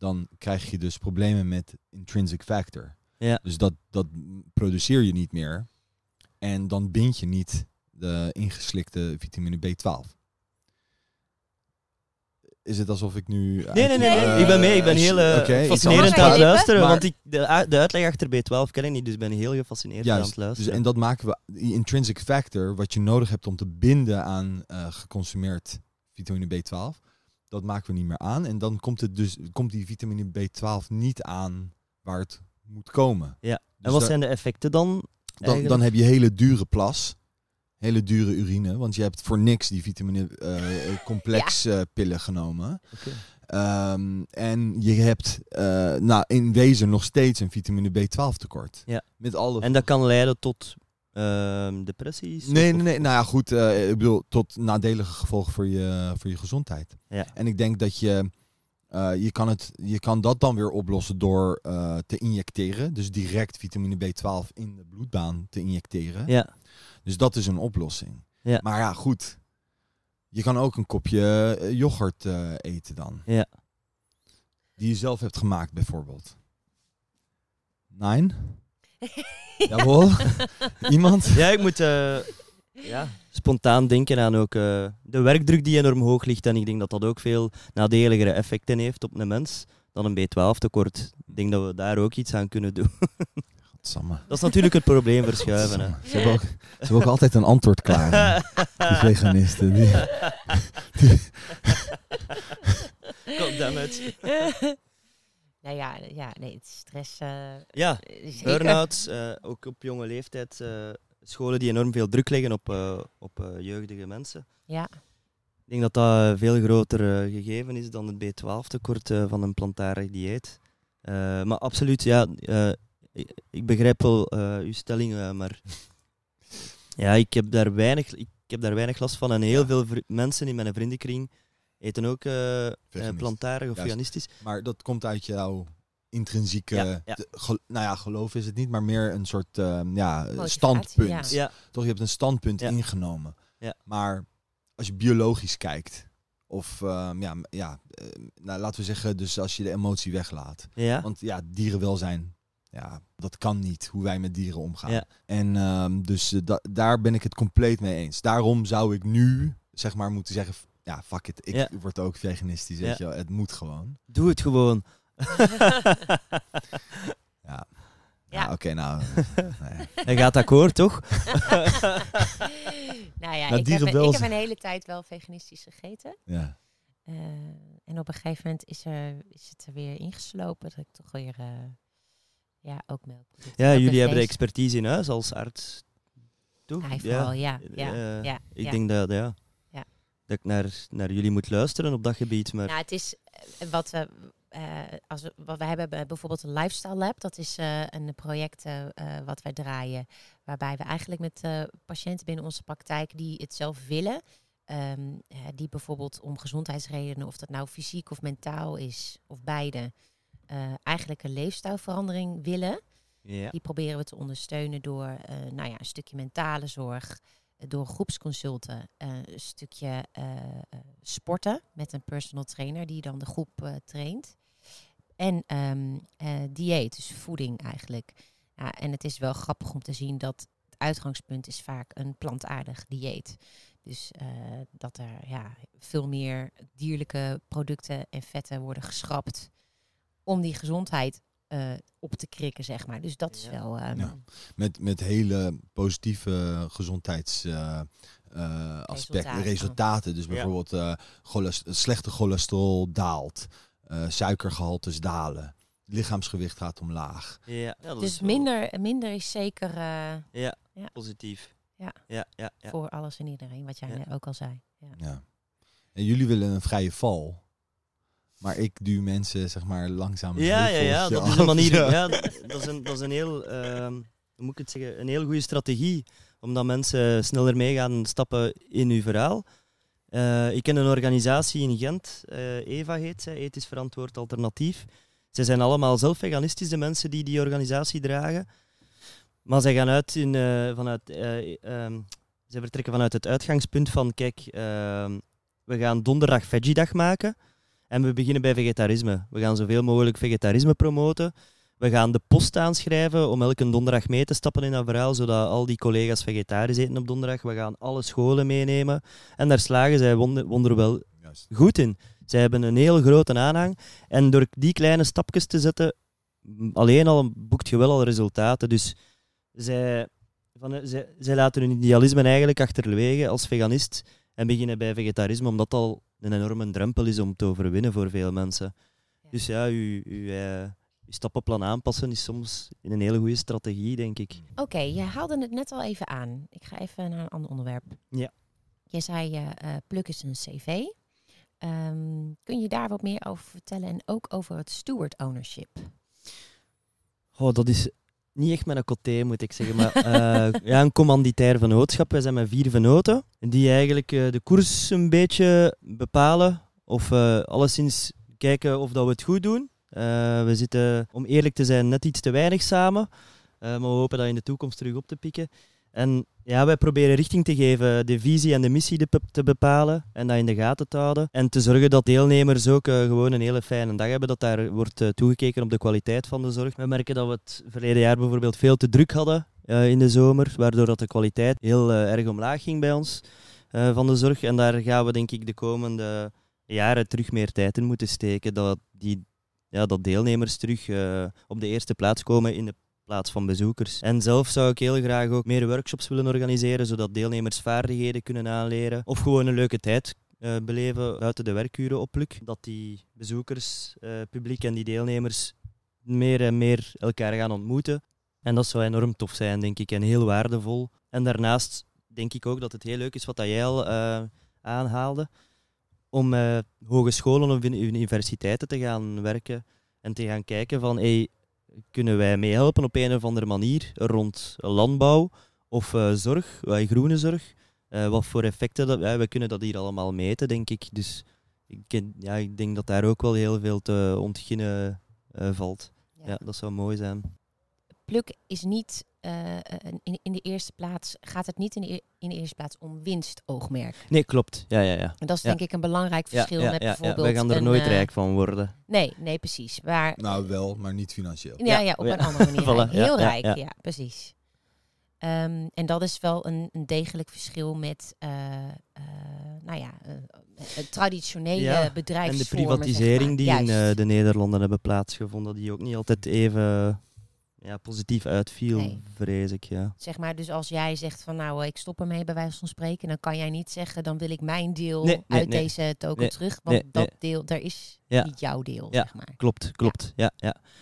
dan krijg je dus problemen met intrinsic factor. Ja. Dus dat produceer je niet meer. En dan bind je niet de ingeslikte vitamine B12. Is het alsof ik nu... Nee. Ik ben mee. Ik ben heel fascinerend aan het luisteren. Maar, want de uitleg achter B12 ken ik niet. Dus ik ben heel gefascineerd aan het luisteren. Dus, en dat maken we... Die intrinsic factor, wat je nodig hebt om te binden aan geconsumeerd vitamine B12... Dat maken we niet meer aan. En dan komt die vitamine B12 niet aan waar het moet komen. Ja. Dus en wat zijn de effecten dan? Dan heb je hele dure plas. Hele dure urine. Want je hebt voor niks die vitamine complex pillen genomen. Okay. En je hebt in wezen nog steeds een vitamine B12 tekort. Ja. Met alle... En dat kan leiden tot depressies? Nee. Nou ja, goed. Ik bedoel, tot nadelige gevolgen voor je gezondheid. Ja. En ik denk dat je kan dat dan weer oplossen door te injecteren. Dus direct vitamine B12 in de bloedbaan te injecteren. Ja. Dus dat is een oplossing. Ja. Maar ja, goed. Je kan ook een kopje yoghurt eten dan. Ja. Die je zelf hebt gemaakt bijvoorbeeld. Nee? Jawel. Iemand? Ja, ik moet spontaan denken aan ook de werkdruk die enorm hoog ligt. En ik denk dat dat ook veel nadeligere effecten heeft op een mens dan een B12 tekort. Ik denk dat we daar ook iets aan kunnen doen. Godsamme. Dat is natuurlijk het probleem verschuiven. Hè. Ze hebben ook altijd een antwoord klaar. De veganisten. Goddammit. Nou ja, nee, het stress... Ja, zeker. burn-outs, ook op jonge leeftijd. Scholen die enorm veel druk leggen op jeugdige mensen. Ja. Ik denk dat dat een veel groter gegeven is dan het B12-tekort van een plantaardig dieet. Maar absoluut, ja, ik begrijp wel uw stelling, maar ja, ik heb daar weinig last van. En heel veel mensen in mijn vriendenkring eten ook plantaardig of veganistisch. Maar dat komt uit jouw intrinsieke... geloof is het niet, maar meer een soort standpunt. Ja. Toch, je hebt een standpunt Ja. ingenomen. Ja. Maar als je biologisch kijkt, of laten we zeggen, dus als je de emotie weglaat. Ja. Want ja, dierenwelzijn, ja, dat kan niet, hoe wij met dieren omgaan. Ja. En daar ben ik het compleet mee eens. Daarom zou ik nu, zeg maar, moeten zeggen... Ja, fuck it. Ik word ook veganistisch, weet je wel. Het moet gewoon. Doe het gewoon. Ja, oké, nou... Nee. Hij gaat akkoord, toch? Nou ja, Nou, ik heb dierenwelzijn. een hele tijd wel veganistisch gegeten. Ja. En op een gegeven moment is het er weer ingeslopen. Dat ik toch weer ook melk. Ja, jullie hebben de expertise in huis als arts. Toch? Hij vooral, ja. Ik denk dat, dat ik naar jullie moet luisteren op dat gebied. Maar... Nou, het is wat we hebben bijvoorbeeld een lifestyle lab. Dat is een project wat wij draaien. Waarbij we eigenlijk met patiënten binnen onze praktijk die het zelf willen. Die bijvoorbeeld om gezondheidsredenen, of dat nou fysiek of mentaal is, of beide, eigenlijk een leefstijlverandering willen. Ja. Die proberen we te ondersteunen door een stukje mentale zorg, door groepsconsulten, een stukje sporten met een personal trainer die dan de groep traint. En dieet, dus voeding eigenlijk. Ja, en het is wel grappig om te zien dat het uitgangspunt is vaak een plantaardig dieet. Dus dat er veel meer dierlijke producten en vetten worden geschrapt om die gezondheid op te krikken, zeg maar. Dus dat is wel... Met hele positieve resultaten. Dus bijvoorbeeld slechte cholesterol daalt. Suikergehaltes dalen. Lichaamsgewicht gaat omlaag. Ja, dat dus is minder is zeker positief. Ja. Voor alles en iedereen, wat jij net ook al zei. Ja. En jullie willen een vrije val. Maar ik duw mensen, zeg maar, langzaam. Ja, dat is een manier. Ja, dat is een heel, hoe moet ik het zeggen, een heel goede strategie. Omdat mensen sneller mee gaan stappen in uw verhaal. Ik ken een organisatie in Gent, EVA heet zij, Ethisch Verantwoord Alternatief. Zij zijn allemaal zelf veganistisch, de mensen die die organisatie dragen. Maar zij gaan zij vertrekken vanuit het uitgangspunt van, kijk, we gaan donderdag Veggie-dag maken. En we beginnen bij vegetarisme. We gaan zoveel mogelijk vegetarisme promoten. We gaan de post aanschrijven om elke donderdag mee te stappen in dat verhaal, zodat al die collega's vegetarisch eten op donderdag. We gaan alle scholen meenemen. En daar slagen zij wonderwel goed in. Zij hebben een heel grote aanhang. En door die kleine stapjes te zetten, alleen al boekt je wel al resultaten. Dus zij laten hun idealisme eigenlijk achterwege als veganist en beginnen bij vegetarisme, omdat dat al een enorme drempel is om te overwinnen voor veel mensen. Ja. Dus ja, je stappenplan aanpassen is soms een hele goede strategie, denk ik. Oké, je haalde het net al even aan. Ik ga even naar een ander onderwerp. Ja. Je zei, Pluk is een cv. Kun je daar wat meer over vertellen en ook over het steward ownership? Oh, dat is niet echt mijn côté, moet ik zeggen. Maar een commanditair vennootschap. Wij zijn met 4 vennoten die eigenlijk de koers een beetje bepalen. Of alleszins kijken of dat we het goed doen. We zitten, om eerlijk te zijn, net iets te weinig samen. Maar we hopen dat in de toekomst terug op te pikken. En ja, wij proberen richting te geven, de visie en de missie te bepalen en dat in de gaten te houden. En te zorgen dat deelnemers ook gewoon een hele fijne dag hebben, dat daar wordt toegekeken op de kwaliteit van de zorg. We merken dat we het verleden jaar bijvoorbeeld veel te druk hadden in de zomer, waardoor dat de kwaliteit heel erg omlaag ging bij ons van de zorg. En daar gaan we denk ik de komende jaren terug meer tijd in moeten steken, dat deelnemers terug op de eerste plaats komen in de plaats van bezoekers. En zelf zou ik heel graag ook meer workshops willen organiseren, zodat deelnemers vaardigheden kunnen aanleren of gewoon een leuke tijd beleven buiten de werkuren op Pluk. Dat die bezoekers, publiek en die deelnemers meer en meer elkaar gaan ontmoeten. En dat zou enorm tof zijn, denk ik, en heel waardevol. En daarnaast denk ik ook dat het heel leuk is wat jij al aanhaalde, om hogescholen of universiteiten te gaan werken en te gaan kijken van kunnen wij meehelpen op een of andere manier rond landbouw of zorg, groene zorg? Wat voor effecten we kunnen dat hier allemaal meten, denk ik. Dus ik denk dat daar ook wel heel veel te ontginnen valt. Ja, dat zou mooi zijn. Pluk is niet in de eerste plaats, gaat het niet in de eerste plaats om winstoogmerk. Nee, klopt. Ja. En dat is denk ik een belangrijk verschil met bijvoorbeeld... Wij gaan er nooit rijk van worden. Nee, precies. Nou wel, maar niet financieel. Ja, op een andere manier. Voilà, heel rijk, ja precies. En dat is wel een degelijk verschil met traditionele bedrijfsvormen. En de privatisering die in de Nederlanden hebben plaatsgevonden, die ook niet altijd even positief uitviel, vrees ik. Ja. Zeg maar, dus als jij zegt van ik stop ermee bij wijze van spreken, dan kan jij niet zeggen, dan wil ik mijn deel uit deze token terug, want dat deel, daar is niet jouw deel, zeg maar. Klopt. Ja.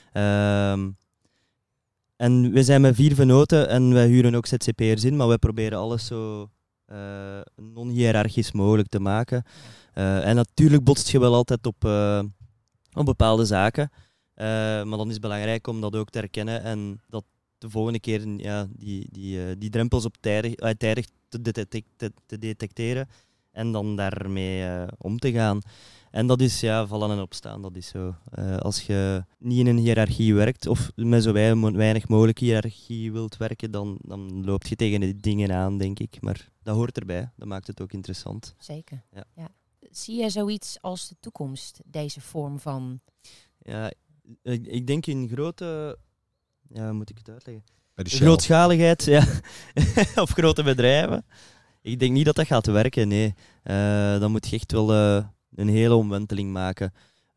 En we zijn met 4 vennoten en wij huren ook ZZP'ers in, maar wij proberen alles zo non-hiërarchisch mogelijk te maken. En natuurlijk botst je wel altijd op bepaalde zaken. Maar dan is het belangrijk om dat ook te herkennen en dat de volgende keer die drempels op tijdig te detecteren en dan daarmee om te gaan. En dat is vallen en opstaan, dat is zo. Als je niet in een hiërarchie werkt of met zo weinig mogelijk hiërarchie wilt werken, dan loop je tegen de dingen aan, denk ik. Maar dat hoort erbij, dat maakt het ook interessant. Zeker, ja. Zie je zoiets als de toekomst, deze vorm van... Ja, ik denk in grote... Ja, hoe moet ik het uitleggen? Bij de grootschaligheid, of grote bedrijven. Ik denk niet dat dat gaat werken, nee. Dan moet je echt wel een hele omwenteling maken.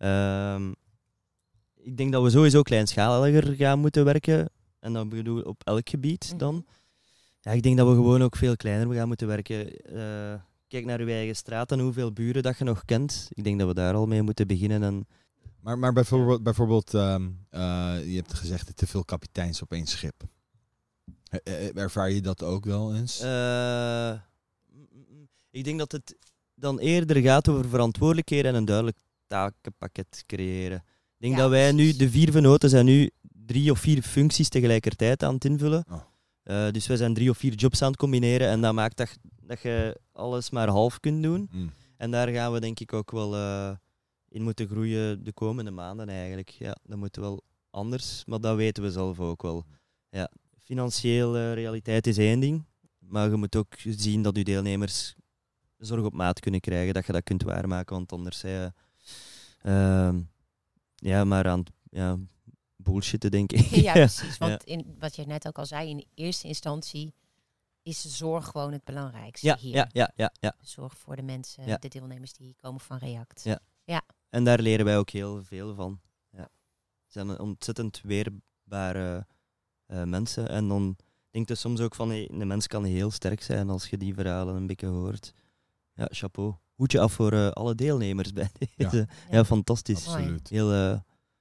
Ik denk dat we sowieso kleinschaliger gaan moeten werken. En dat bedoel ik op elk gebied dan. Ja, ik denk dat we gewoon ook veel kleiner gaan moeten werken. Kijk naar uw eigen straat en hoeveel buren dat je nog kent. Ik denk dat we daar al mee moeten beginnen. En Maar bijvoorbeeld je hebt gezegd te veel kapiteins op één schip. Ervaar je dat ook wel eens? Ik denk dat het dan eerder gaat over verantwoordelijkheden en een duidelijk takenpakket creëren. Ik denk dat wij nu, de 4 vennoten zijn nu 3 of 4 functies tegelijkertijd aan het invullen. Oh. Dus wij zijn 3 of 4 jobs aan het combineren en dat maakt dat je alles maar half kunt doen. En daar gaan we denk ik ook wel in moeten groeien de komende maanden eigenlijk. Ja, dat moet wel anders, maar dat weten we zelf ook wel. Ja, financiële realiteit is één ding, maar je moet ook zien dat je deelnemers zorg op maat kunnen krijgen, dat je dat kunt waarmaken, want anders Maar aan het bullshitten, denk ik. Ja, precies. Want wat je net ook al zei, in eerste instantie is de zorg gewoon het belangrijkste hier. Ja. De zorg voor de mensen, de deelnemers die komen van React. Ja. En daar leren wij ook heel veel van. Ja. Ze zijn ontzettend weerbare mensen. En dan denk je soms ook van, een mens kan heel sterk zijn als je die verhalen een beetje hoort. Ja, chapeau. Hoedje af voor alle deelnemers bij deze. Ja, fantastisch. Absoluut. Heel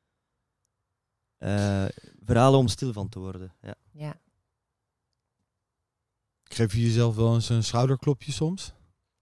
verhalen om stil van te worden. Ja. Geef je jezelf wel eens een schouderklopje soms?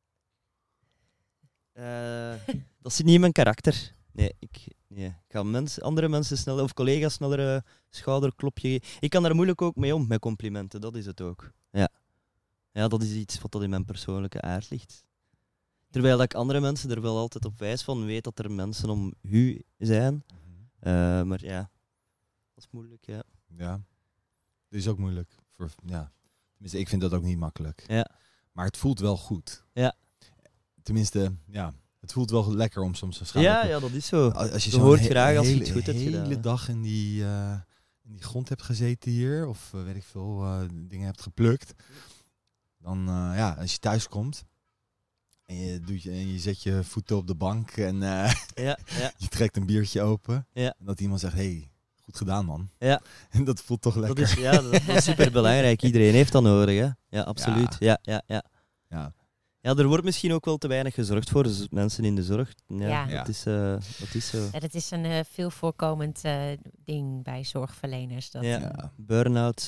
Dat zit niet in mijn karakter. Nee, ik ga andere mensen sneller, of collega's sneller een schouderklopje geven. Ik kan daar moeilijk ook mee om, met complimenten. Dat is het ook. Ja, dat is iets wat in mijn persoonlijke aard ligt. Terwijl dat ik andere mensen er wel altijd op wijs van weet dat er mensen om u zijn. Maar ja, dat is moeilijk, ja. Ja, dat is ook moeilijk. Tenminste, ik vind dat ook niet makkelijk. Ja. Maar het voelt wel goed. Ja. Tenminste, het voelt wel lekker om soms een schouder. Ja, dat is zo. Als je Je hoort graag als je iets goed hebt gedaan. de hele dag in die grond hebt gezeten hier, of weet ik veel, dingen hebt geplukt. Dan, als je thuis komt en je zet je voeten op de bank en je trekt een biertje open. Ja. En dat iemand zegt, hey, goed gedaan, man. Ja. En dat voelt toch lekker. Dat is super belangrijk. Iedereen heeft dat nodig, hè? Ja, absoluut. Ja. Ja, er wordt misschien ook wel te weinig gezorgd voor mensen in de zorg. Dat is zo. Ja, dat is een veel voorkomend ding bij zorgverleners. Burn-outs.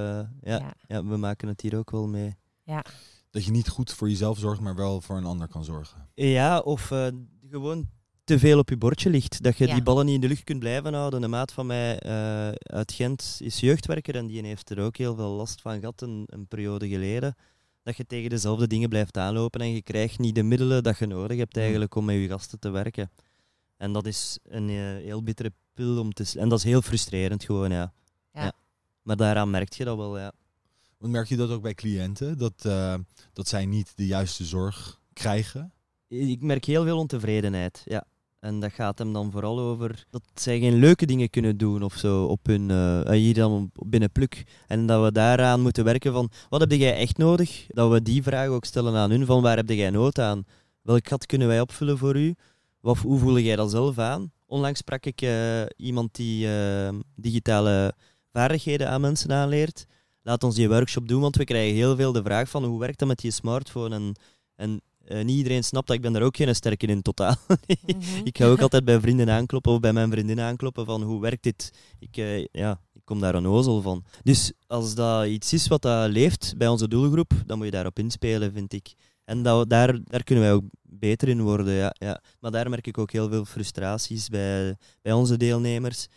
We maken het hier ook wel mee. Ja. Dat je niet goed voor jezelf zorgt, maar wel voor een ander kan zorgen. Ja, of gewoon te veel op je bordje ligt. Dat je die ballen niet in de lucht kunt blijven houden. Een maat van mij uit Gent is jeugdwerker en die heeft er ook heel veel last van gehad een periode geleden. Dat je tegen dezelfde dingen blijft aanlopen en je krijgt niet de middelen dat je nodig hebt eigenlijk om met je gasten te werken. En dat is een heel bittere pil om te... En dat is heel frustrerend gewoon, ja. Maar daaraan merk je dat wel, ja. Want merk je dat ook bij cliënten? Dat zij niet de juiste zorg krijgen? Ik merk heel veel ontevredenheid, ja. En dat gaat hem dan vooral over dat zij geen leuke dingen kunnen doen of zo op hun, hier dan binnen Pluk. En dat we daaraan moeten werken van, wat heb jij echt nodig? Dat we die vraag ook stellen aan hun, van waar heb jij nood aan? Welk gat kunnen wij opvullen voor u? Hoe voel jij dat zelf aan? Onlangs sprak ik iemand die digitale vaardigheden aan mensen aanleert. Laat ons die workshop doen, want we krijgen heel veel de vraag van, hoe werkt dat met je smartphone? En niet iedereen snapt dat. Ik ben daar ook geen sterke in totaal. Ik ga ook altijd bij vrienden aankloppen of bij mijn vriendin aankloppen van hoe werkt dit? Ik kom daar een ozel van. Dus als dat iets is wat dat leeft bij onze doelgroep, dan moet je daarop inspelen, vind ik. En daar kunnen wij ook beter in worden. Ja. Maar daar merk ik ook heel veel frustraties bij onze deelnemers.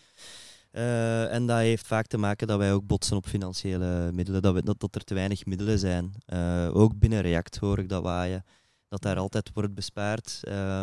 En dat heeft vaak te maken dat wij ook botsen op financiële middelen, dat er te weinig middelen zijn. Ook binnen React hoor ik dat waaien. Dat daar altijd wordt bespaard.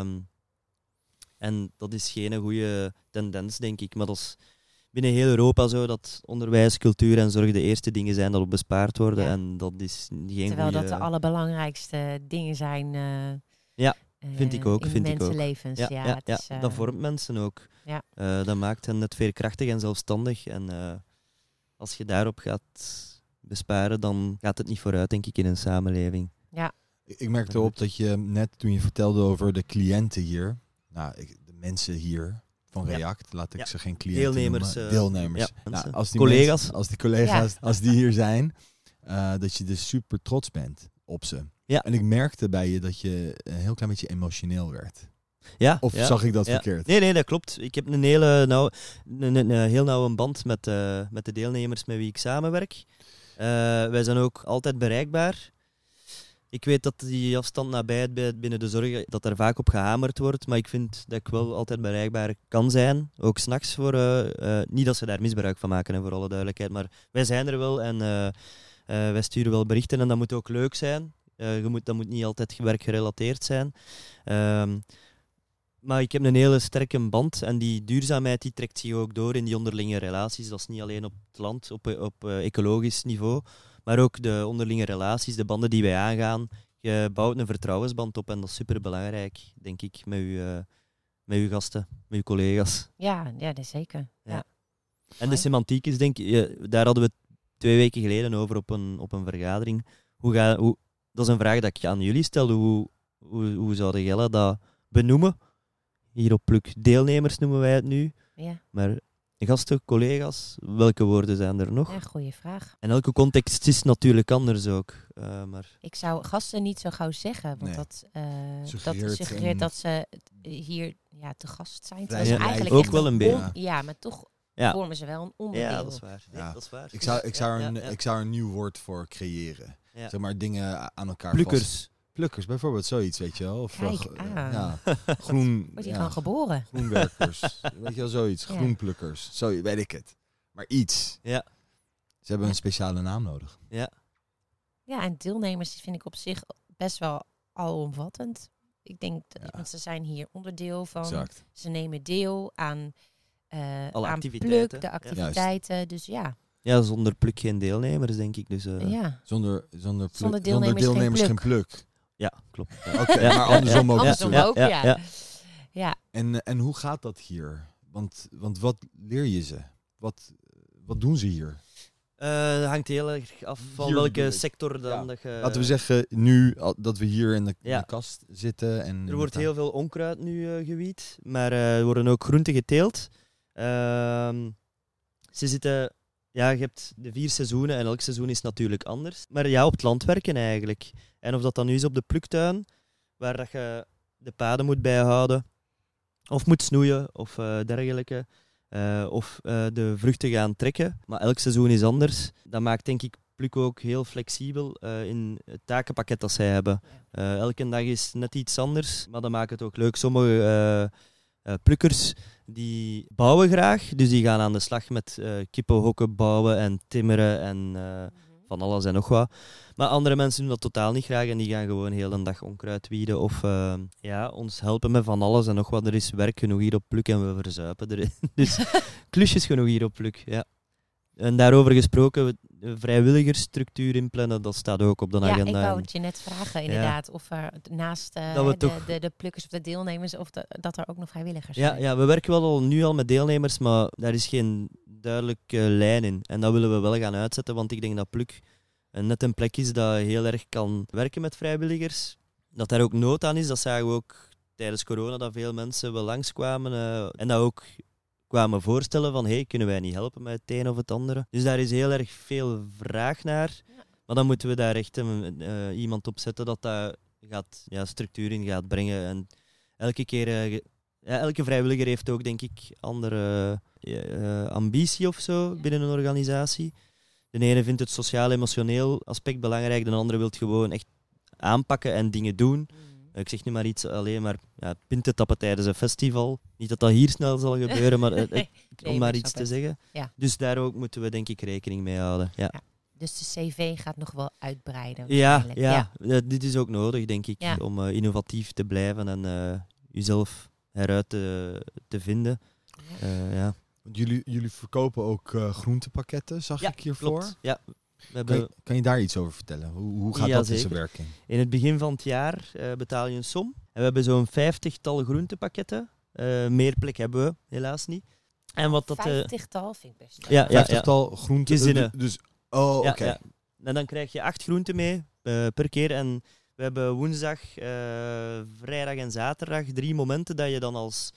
En dat is geen goede tendens, denk ik. Maar dat is binnen heel Europa zo, dat onderwijs, cultuur en zorg de eerste dingen zijn dat op bespaard worden. Ja. En dat is geen Terwijl dat de allerbelangrijkste dingen zijn vind ik ook. In mensenlevens. Dat vormt mensen ook. Ja. Dat maakt hen net veerkrachtig en zelfstandig. En als je daarop gaat besparen, dan gaat het niet vooruit, denk ik, in een samenleving. Ja. Ik merkte op dat je net, toen je vertelde over de cliënten hier, de mensen hier van React, laat ik ze geen cliënten Deelnemers. Deelnemers. Als die collega's. Mensen, als die collega's, als die hier zijn, dat je dus super trots bent op ze. Ja. En ik merkte bij je dat je een heel klein beetje emotioneel werd. Ja, of zag ik dat verkeerd? Nee, dat klopt. Ik heb een heel nauwe band met de deelnemers met wie ik samenwerk. Wij zijn ook altijd bereikbaar. Ik weet dat die afstand nabijheid binnen de zorg, dat er vaak op gehamerd wordt, maar ik vind dat ik wel altijd bereikbaar kan zijn. Ook 's nachts voor... niet dat ze daar misbruik van maken, voor alle duidelijkheid, maar wij zijn er wel en wij sturen wel berichten en dat moet ook leuk zijn. Dat moet niet altijd werkgerelateerd zijn. Maar ik heb een hele sterke band en die duurzaamheid die trekt zich ook door in die onderlinge relaties. Dat is niet alleen op het land, op ecologisch niveau, maar ook de onderlinge relaties, de banden die wij aangaan. Je bouwt een vertrouwensband op en dat is superbelangrijk, denk ik, met met uw gasten, met uw collega's. Ja, dat is zeker. Ja. Ja. En de semantiek is denk ik, daar hadden we het 2 weken geleden over op een vergadering. Dat is een vraag dat ik aan jullie stel. Hoe zouden jullie dat benoemen? Hier op Pluk deelnemers noemen wij het nu. Ja. Maar gasten, collega's, welke woorden zijn er nog? Ja, goeie vraag. En elke context is natuurlijk anders ook. Maar Ik zou gasten niet zo gauw zeggen, want Nee. dat Suggereert suggereert een- dat ze hier te gast zijn. Terwijl Vrij ze eigenlijk ook echt wel een beetje. ja, maar toch ja, vormen ze wel een onderdeel. ja, dat is waar. Ja. Dat is waar. Ik zou Ja, er ja, ja. ik zou er een nieuw woord voor creëren. Ja. Zeg maar dingen aan elkaar Plukkers. Plukkers, bijvoorbeeld zoiets, weet je wel. Of Kijk aan. ja, groen, Wordt hij ja, gewoon geboren? groenwerkers. Weet je wel, zoiets. Ja. Groenplukkers. Zo weet ik het. Maar iets. Ja. Ze hebben een speciale naam nodig. Ja, en deelnemers vind ik op zich best wel alomvattend. Ik denk, Ja. want ze zijn hier onderdeel van. Exact. Ze nemen deel aan, Alle aan activiteiten. Pluk, de activiteiten. Dus Ja, zonder Pluk geen deelnemers, denk ik. Dus, ja. Zonder deelnemers geen pluk. Ja, klopt. Ja, Oké, Ja, maar andersom ook Andersom natuurlijk. ook, Ja, ja. ja. Ja. En hoe gaat dat hier? Want wat leer je ze? Wat doen ze hier? Dat hangt heel erg af van Hier welke bedoel ik. sector dan Ja. dat je... Laten we zeggen nu dat we hier in de Ja. kast zitten. En Er wordt heel veel onkruid nu gewied, maar er worden ook groenten geteeld. Ze zitten... Ja, je hebt de 4 seizoenen en elk seizoen is natuurlijk anders. Maar ja, op het land werken eigenlijk. En of dat dan nu is op de pluktuin, waar dat je de paden moet bijhouden, of moet snoeien, of dergelijke. Of de vruchten gaan trekken. Maar elk seizoen is anders. Dat maakt denk ik Pluk ook heel flexibel in het takenpakket dat zij hebben. Elke dag is net iets anders, maar dat maakt het ook leuk. Sommige plukkers die bouwen graag, dus die gaan aan de slag met kippenhokken bouwen en timmeren en van alles en nog wat. Maar andere mensen doen dat totaal niet graag en die gaan gewoon heel de dag onkruid wieden of ons helpen met van alles en nog wat. Er is werk genoeg hier op Pluk en we verzuipen erin. Dus klusjes genoeg hier op Pluk, ja. En daarover gesproken, de vrijwilligersstructuur inplannen, dat staat ook op de Ja, agenda. ik wou het je net vragen inderdaad, of er naast Dat we toch- de plukkers of de deelnemers, of dat er ook nog vrijwilligers Ja, zijn. ja, we werken wel nu al met deelnemers, maar daar is geen duidelijke lijn in. En dat willen we wel gaan uitzetten, want ik denk dat Pluk net een plek is dat heel erg kan werken met vrijwilligers. Dat daar ook nood aan is, dat zagen we ook tijdens corona, dat veel mensen wel langskwamen en dat ook kwamen voorstellen van hey, kunnen wij niet helpen met het een of het andere. Dus daar is heel erg veel vraag naar. Maar dan moeten we daar echt iemand op zetten dat structuur in gaat brengen. En elke keer... elke vrijwilliger heeft ook, denk ik, andere ambitie of zo binnen een organisatie. De ene vindt het sociaal-emotioneel aspect belangrijk, de andere wil het gewoon echt aanpakken en dingen doen. Ik zeg nu maar iets alleen, maar pinten tappen tijdens een festival. Niet dat dat hier snel zal gebeuren, maar om maar iets te zeggen. Ja. Dus daar ook moeten we denk ik rekening mee houden. Ja, Dus de cv gaat nog wel uitbreiden. ja, waarschijnlijk. dit is ook nodig, denk ik, Ja. om innovatief te blijven en jezelf heruit te vinden. Ja. Want jullie verkopen ook groentepakketten, zag ik hiervoor. Klopt. Ja. We hebben Kan je daar iets over vertellen? Hoe gaat Ja, dat in zijn zeker. werking? in het begin van het jaar betaal je een som. En we hebben zo'n 50-tal groentepakketten. Meer plek hebben we helaas niet. En wat dat... 50-tal vind ik best. Ja, ja. 50-tal groenten. Gezinnen. Dus, oké. Ja, ja. En dan krijg je 8 groenten mee per keer. En we hebben woensdag, vrijdag en zaterdag 3 momenten dat je dan als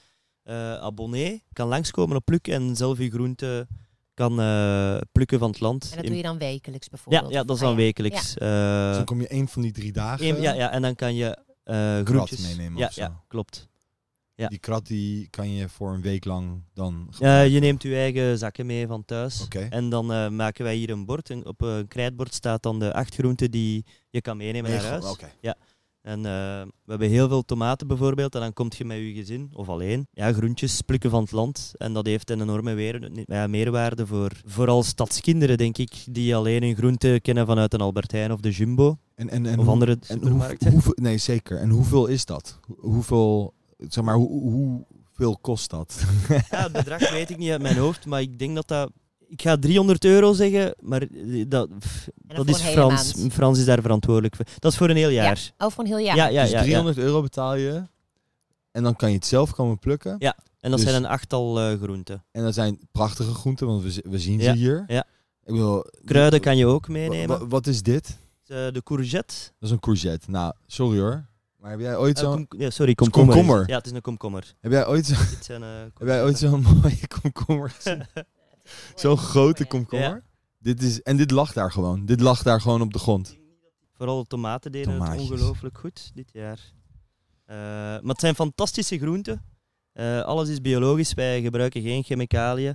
abonnee kan langskomen op Pluk en zelf je groenten kan plukken van het land. En dat doe je dan wekelijks ja, bijvoorbeeld? ja, dat is Ah, dan wekelijks. Dus dan kom je 1 van die 3 dagen Ja, en dan kan je krat groentjes meenemen Ja, of zo. ja, klopt. Ja. Die krat die kan je voor een week lang dan Je neemt je eigen zakken mee van thuis. Oké. En dan maken wij hier een bord. En op een krijtbord staat dan de 8 groenten die je kan meenemen naar huis. Oké. En we hebben heel veel tomaten bijvoorbeeld. En dan kom je met je gezin, of alleen, groentjes plukken van het land. En dat heeft een enorme meerwaarde voor vooral stadskinderen, denk ik. Die alleen hun groenten kennen vanuit een Albert Heijn of de Jumbo. En Of andere en supermarkten. nee, zeker. En hoeveel is dat? Hoeveel, zeg maar, hoeveel kost dat? Ja, het bedrag weet ik niet uit mijn hoofd, maar ik denk dat... Ik ga €300 zeggen, maar dat voor is een hele Frans. maand? Frans is daar verantwoordelijk voor. Dat is voor een heel jaar. Ja, voor een heel jaar. Ja, Dus €300 betaal je En dan kan je het zelf komen plukken. Ja. En dat Dus- zijn een 8-tal groenten. En dat zijn prachtige groenten, want we zien Ja, ze hier. ja. Ik bedoel, Kruiden kan je ook meenemen. Wat is dit? De courgette. Dat is een courgette. Nou, sorry hoor. Maar heb jij ooit zo'n... Sorry, komkommer. komkommer. Ja, het is een komkommer. Heb jij ooit, Dit zijn, heb jij ooit zo'n mooie komkommer gezien? Zo'n grote komkommer? Dit lag daar gewoon. Dit lag daar gewoon op de grond. Vooral de tomaten deden Tomaatjes. het ongelooflijk goed dit jaar. Maar het zijn fantastische groenten. Alles is biologisch. Wij gebruiken geen chemicaliën.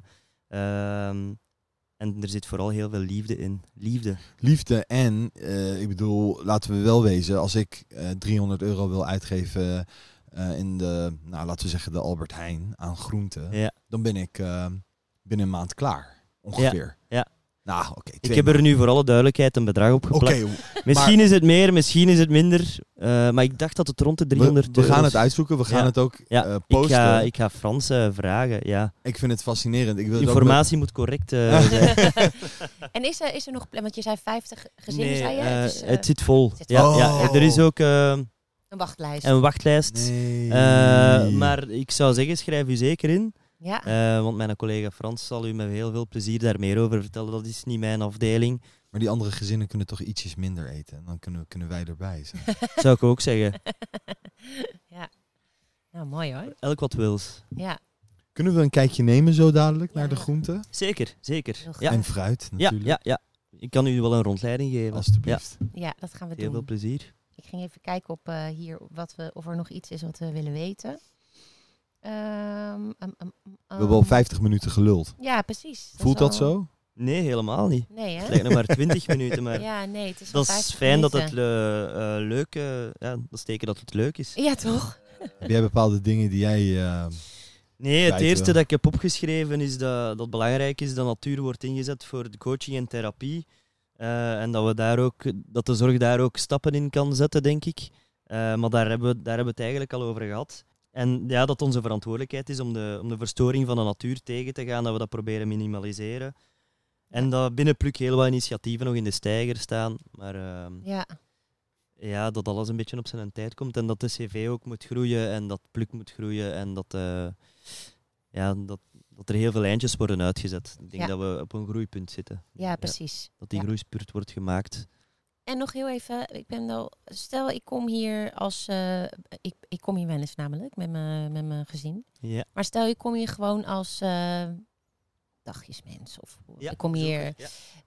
En er zit vooral heel veel liefde in. Liefde en, ik bedoel, laten we wel wezen, als ik €300 wil uitgeven in de, nou laten we zeggen de Albert Heijn aan groenten, Ja. dan ben ik binnen een maand klaar, ongeveer. Ja. Nou, oké. Ik heb er nu voor alle duidelijkheid een bedrag op geplakt. Oké, Misschien is het meer, misschien is het minder. Maar ik dacht dat het rond de 300 we gaan euro het uitzoeken, we gaan Ja. het ook Ja, posten. ik ga Frans vragen, ja. Ik vind het fascinerend. Ik wil het ook Informatie moet correct zijn. En is er nog... Want je zei 50 gezinnen, Nee, zei je? het zit vol. zit Ja, vol. ja, er is ook een wachtlijst. een wachtlijst. Nee. Maar ik zou zeggen, schrijf u zeker in. Ja. Want mijn collega Frans zal u met heel veel plezier daar meer over vertellen. Dat is niet mijn afdeling. Maar die andere gezinnen kunnen toch ietsjes minder eten. En dan kunnen wij erbij zijn. Zou ik ook zeggen. Ja. Nou, mooi hoor. Elk wat wils. Ja. Kunnen we een kijkje nemen zo dadelijk Ja. naar de groenten? Zeker. Heel goed. Ja. En fruit Ja, natuurlijk. ja. Ik kan u wel een rondleiding geven. Alsjeblieft. Ja, dat gaan we Heel doen. veel plezier. Ik ging even kijken op hier of er nog iets is wat we willen weten. We hebben al 50 minuten geluld. Ja, precies. Voelt is dat wel- zo? Nee, helemaal niet. Nee, hè? Het lijkt nog maar 20 minuten, maar Ja, nee, het is wel dat is 50 fijn dat het minuten. leuk ja, dat is teken dat het leuk is. Ja, toch? Heb jij bepaalde dingen die jij... Nee, het Feiten eerste wel. dat ik heb opgeschreven is dat het belangrijk is dat natuur wordt ingezet voor de coaching en therapie. En dat we daar ook, dat de zorg daar ook stappen in kan zetten, denk ik. Maar daar hebben we het eigenlijk al over gehad. En ja, dat onze verantwoordelijkheid is om de verstoring van de natuur tegen te gaan, dat we dat proberen minimaliseren. En dat binnen Pluk heel wat initiatieven nog in de steiger staan. Maar Ja. dat alles een beetje op zijn tijd komt en dat de CV ook moet groeien en dat Pluk moet groeien en dat er heel veel lijntjes worden uitgezet. Ik denk Ja. dat we op een groeipunt zitten. Ja, precies. Dat die Ja. groeispurt wordt gemaakt. En nog heel even, stel ik kom hier als, ik kom hier wel eens namelijk met mijn gezin. Ja. Maar stel je kom hier gewoon als dagjesmens of ik kom hier.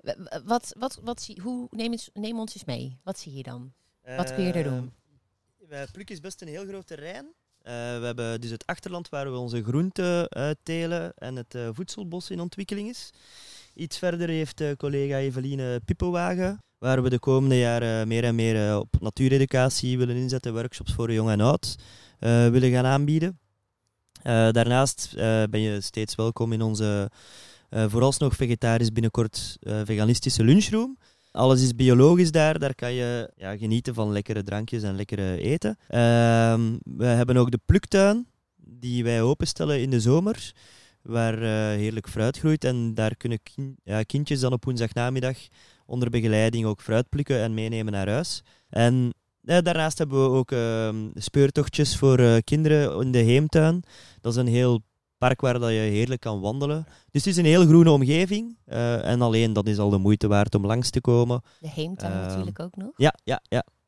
Neem ons eens mee. Wat zie je dan? Wat kun je er doen? Pluk is best een heel groot terrein. We hebben dus het achterland waar we onze groenten telen en het voedselbos in ontwikkeling is. Iets verder heeft collega Eveline Pippenwagen, waar we de komende jaren meer en meer op natuureducatie willen inzetten, workshops voor jong en oud willen gaan aanbieden. Daarnaast ben je steeds welkom in onze vooralsnog vegetarisch, binnenkort veganistische lunchroom. Alles is biologisch daar. Daar kan je genieten van lekkere drankjes en lekkere eten. We hebben ook de pluktuin, die wij openstellen in de zomer, waar heerlijk fruit groeit. En daar kunnen kindjes dan op woensdagnamiddag onder begeleiding ook fruit plukken en meenemen naar huis. En daarnaast hebben we ook speurtochtjes voor kinderen in de Heemtuin. Dat is een heel park waar dat je heerlijk kan wandelen. Dus het is een heel groene omgeving. En alleen dat is al de moeite waard om langs te komen. De Heemtuin natuurlijk ook nog. Ja.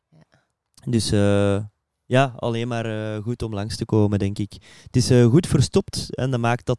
Dus alleen maar goed om langs te komen, denk ik. Het is goed verstopt en dat maakt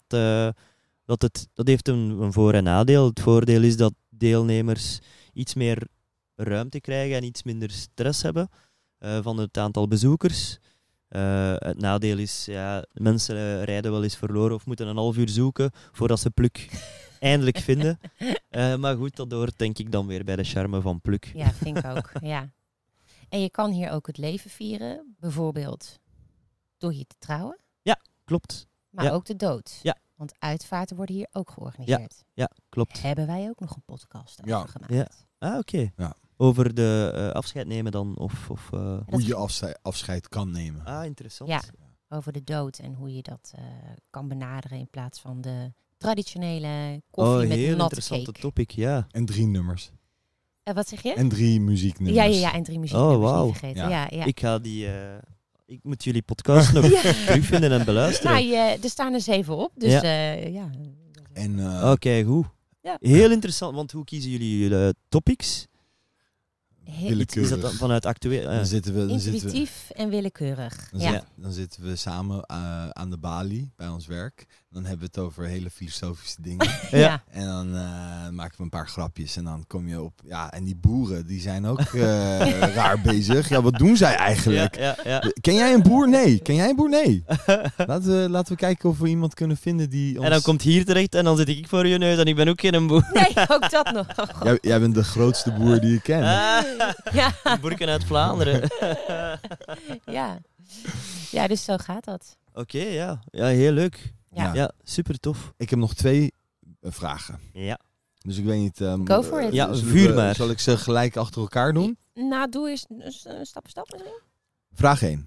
dat heeft een voor- en nadeel. Het voordeel is dat deelnemers iets meer ruimte krijgen en iets minder stress hebben van het aantal bezoekers. Het nadeel is, mensen rijden wel eens verloren of moeten een half uur zoeken voordat ze Pluk eindelijk vinden. Maar goed, dat hoort denk ik dan weer bij de charme van Pluk. Ja, vind ik ook. Ja. En je kan hier ook het leven vieren, bijvoorbeeld door je te trouwen, Klopt. maar Ja. ook de dood. Ja. Want uitvaarten worden hier ook georganiseerd. Ja, klopt. Hebben wij ook nog een podcast over Ja. gemaakt. Ja. Ah, oké. Ja. Over de afscheid nemen dan? Of Hoe je afscheid kan nemen. Ah, interessant. Ja. Over de dood en hoe je dat kan benaderen in plaats van de traditionele koffie met heel natte interessante cake. topic, ja. En 3 nummers. Wat zeg je? En 3 muzieknummers. Ja, en 3 muziek. Oh, wauw. Niet vergeten. Ja. Ja. Ik ga die Ik moet jullie podcast nog terugvinden en beluisteren. Nou, er staan er 7 op, dus ja. En Oké, goed. Ja. Heel interessant, want hoe kiezen jullie topics? willekeurig. Is dat dan vanuit actueel? Dan zitten we, Intuïtief en willekeurig. dan zitten we samen aan de balie bij ons werk. Dan hebben we het over hele filosofische dingen. Ja. En dan maken we een paar grapjes. En dan kom je op... Ja, en die boeren, die zijn ook raar bezig. Ja, wat doen zij eigenlijk? Ja. Ken jij een boer? Nee. Ken jij een boer? Nee. Laten we kijken of we iemand kunnen vinden die ons... En dan komt hier terecht en dan zit ik voor je neus en ik ben ook geen boer. Nee, ook dat nog. Oh, Jij bent de grootste boer die je kent. ja. Een boerken uit Vlaanderen. Ja, dus zo gaat dat. Oké, ja. Ja, heel leuk. Ja. Ja, super tof. Ik heb nog 2 vragen. Ja. Dus ik weet niet... Go for it. Ja, zullen vuur we- maar. Zal ik ze gelijk achter elkaar doen? Nou, doe eens stap voor stap misschien. Vraag 1.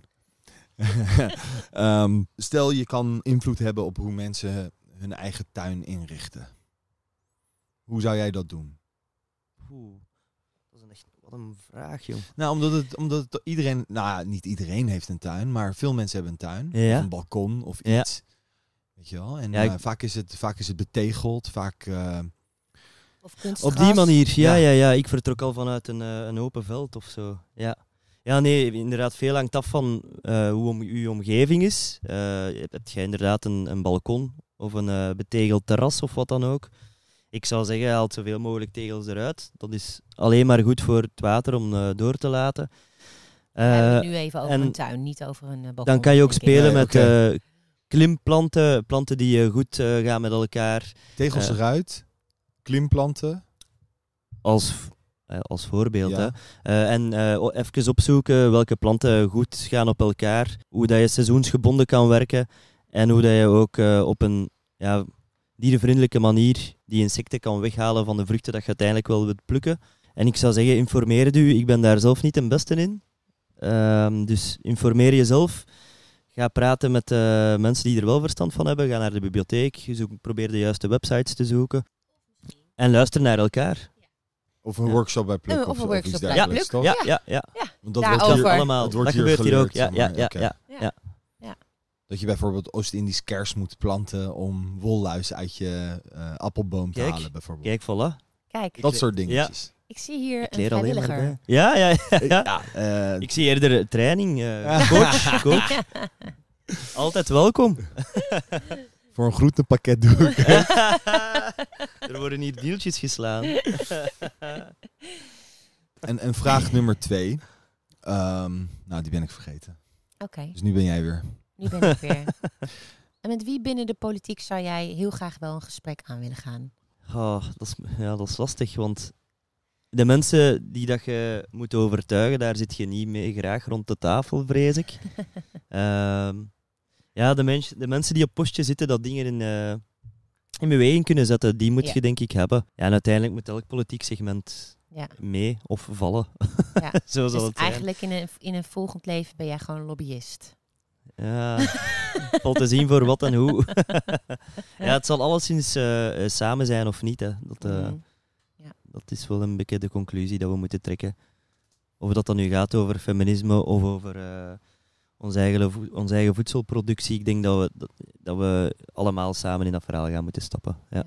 Stel je kan invloed hebben op hoe mensen hun eigen tuin inrichten. Hoe zou jij dat doen? Oeh, dat is echt wat een vraag, joh. Nou, omdat het iedereen... Nou ja, niet iedereen heeft een tuin, maar veel mensen hebben een tuin. Ja. Of een balkon of Ja. iets. Weet je wel? En Ja, vaak is het betegeld. Vaak... Of kunstgras. Op die manier, Ja. ja. Ik vertrok al vanuit een open veld of zo. Ja. Ja, nee, inderdaad, veel hangt af van hoe uw omgeving is. Heb jij inderdaad een balkon of een betegeld terras of wat dan ook? Ik zou zeggen, haal zoveel mogelijk tegels eruit. Dat is alleen maar goed voor het water om door te laten. We hebben het nu even over en een tuin, niet over een balkon. Dan kan je ook denk ik. spelen Nee, met oké. klimplanten, planten die goed gaan met elkaar. Tegels eruit. Klimplanten. Als voorbeeld. Ja. Hè. Even opzoeken welke planten goed gaan op elkaar. Hoe dat je seizoensgebonden kan werken. En hoe dat je ook op een dierenvriendelijke manier die insecten kan weghalen van de vruchten dat je uiteindelijk wel wilt plukken. En ik zou zeggen, informeer u. Ik ben daar zelf niet de beste in. Dus informeer jezelf. Ga praten met mensen die er wel verstand van hebben. Ga naar de bibliotheek. Probeer de juiste websites te zoeken. En luister naar elkaar. Of een workshop bij Pluk. Of een iets workshop bij dergelijks, Pluk. toch? Ja. Want dat Daarover. wordt hier, Allemaal. dat wordt Dat hier gebeurt hier ook. geleerd, zeg maar. Oké. Ja. Dat je bijvoorbeeld Oost-Indisch kers moet planten om wolluis uit je appelboom te Kijk. halen, bijvoorbeeld. Kijk, voilà. Kijk, Dat soort dingetjes. ik zie hier Ik een leer alleen maar vrijwilliger. bij. Ja. Ja, Ik zie eerder training. Coach. Altijd welkom. voor een groentenpakket doe ik. Er worden hier deeltjes geslaan. En vraag nummer 2. Nou, die ben ik vergeten. Oké, Dus nu ben jij weer. nu ben ik weer. En met wie binnen de politiek zou jij heel graag wel een gesprek aan willen gaan? Oh, dat is lastig, want de mensen die dat je moet overtuigen, daar zit je niet mee graag rond de tafel, vrees ik. De mensen die op postje zitten dat dingen in beweging kunnen zetten, die moet Ja. je denk ik hebben. Ja, en uiteindelijk moet elk politiek segment Ja. mee of vallen. Ja. Zo zal Dus het zijn. eigenlijk in een volgend leven ben jij gewoon lobbyist. Ja, valt te zien voor wat en hoe. Ja, het zal alleszins samen zijn of niet. Hè. Dat is wel een beetje de conclusie dat we moeten trekken. Of dat dan nu gaat over feminisme of over onze eigen voedselproductie. Ik denk dat we allemaal samen in dat verhaal gaan moeten stappen. Ja.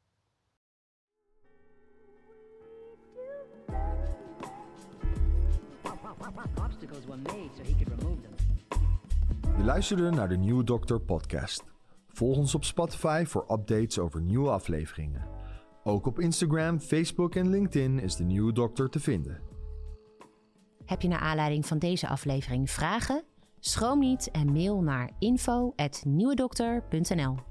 Je luisterde naar de Nieuwe Dokter podcast. Volg ons op Spotify voor updates over nieuwe afleveringen. Ook op Instagram, Facebook en LinkedIn is de Nieuwe Dokter te vinden. Heb je naar aanleiding van deze aflevering vragen? Schroom niet en mail naar info@nieuwedokter.nl.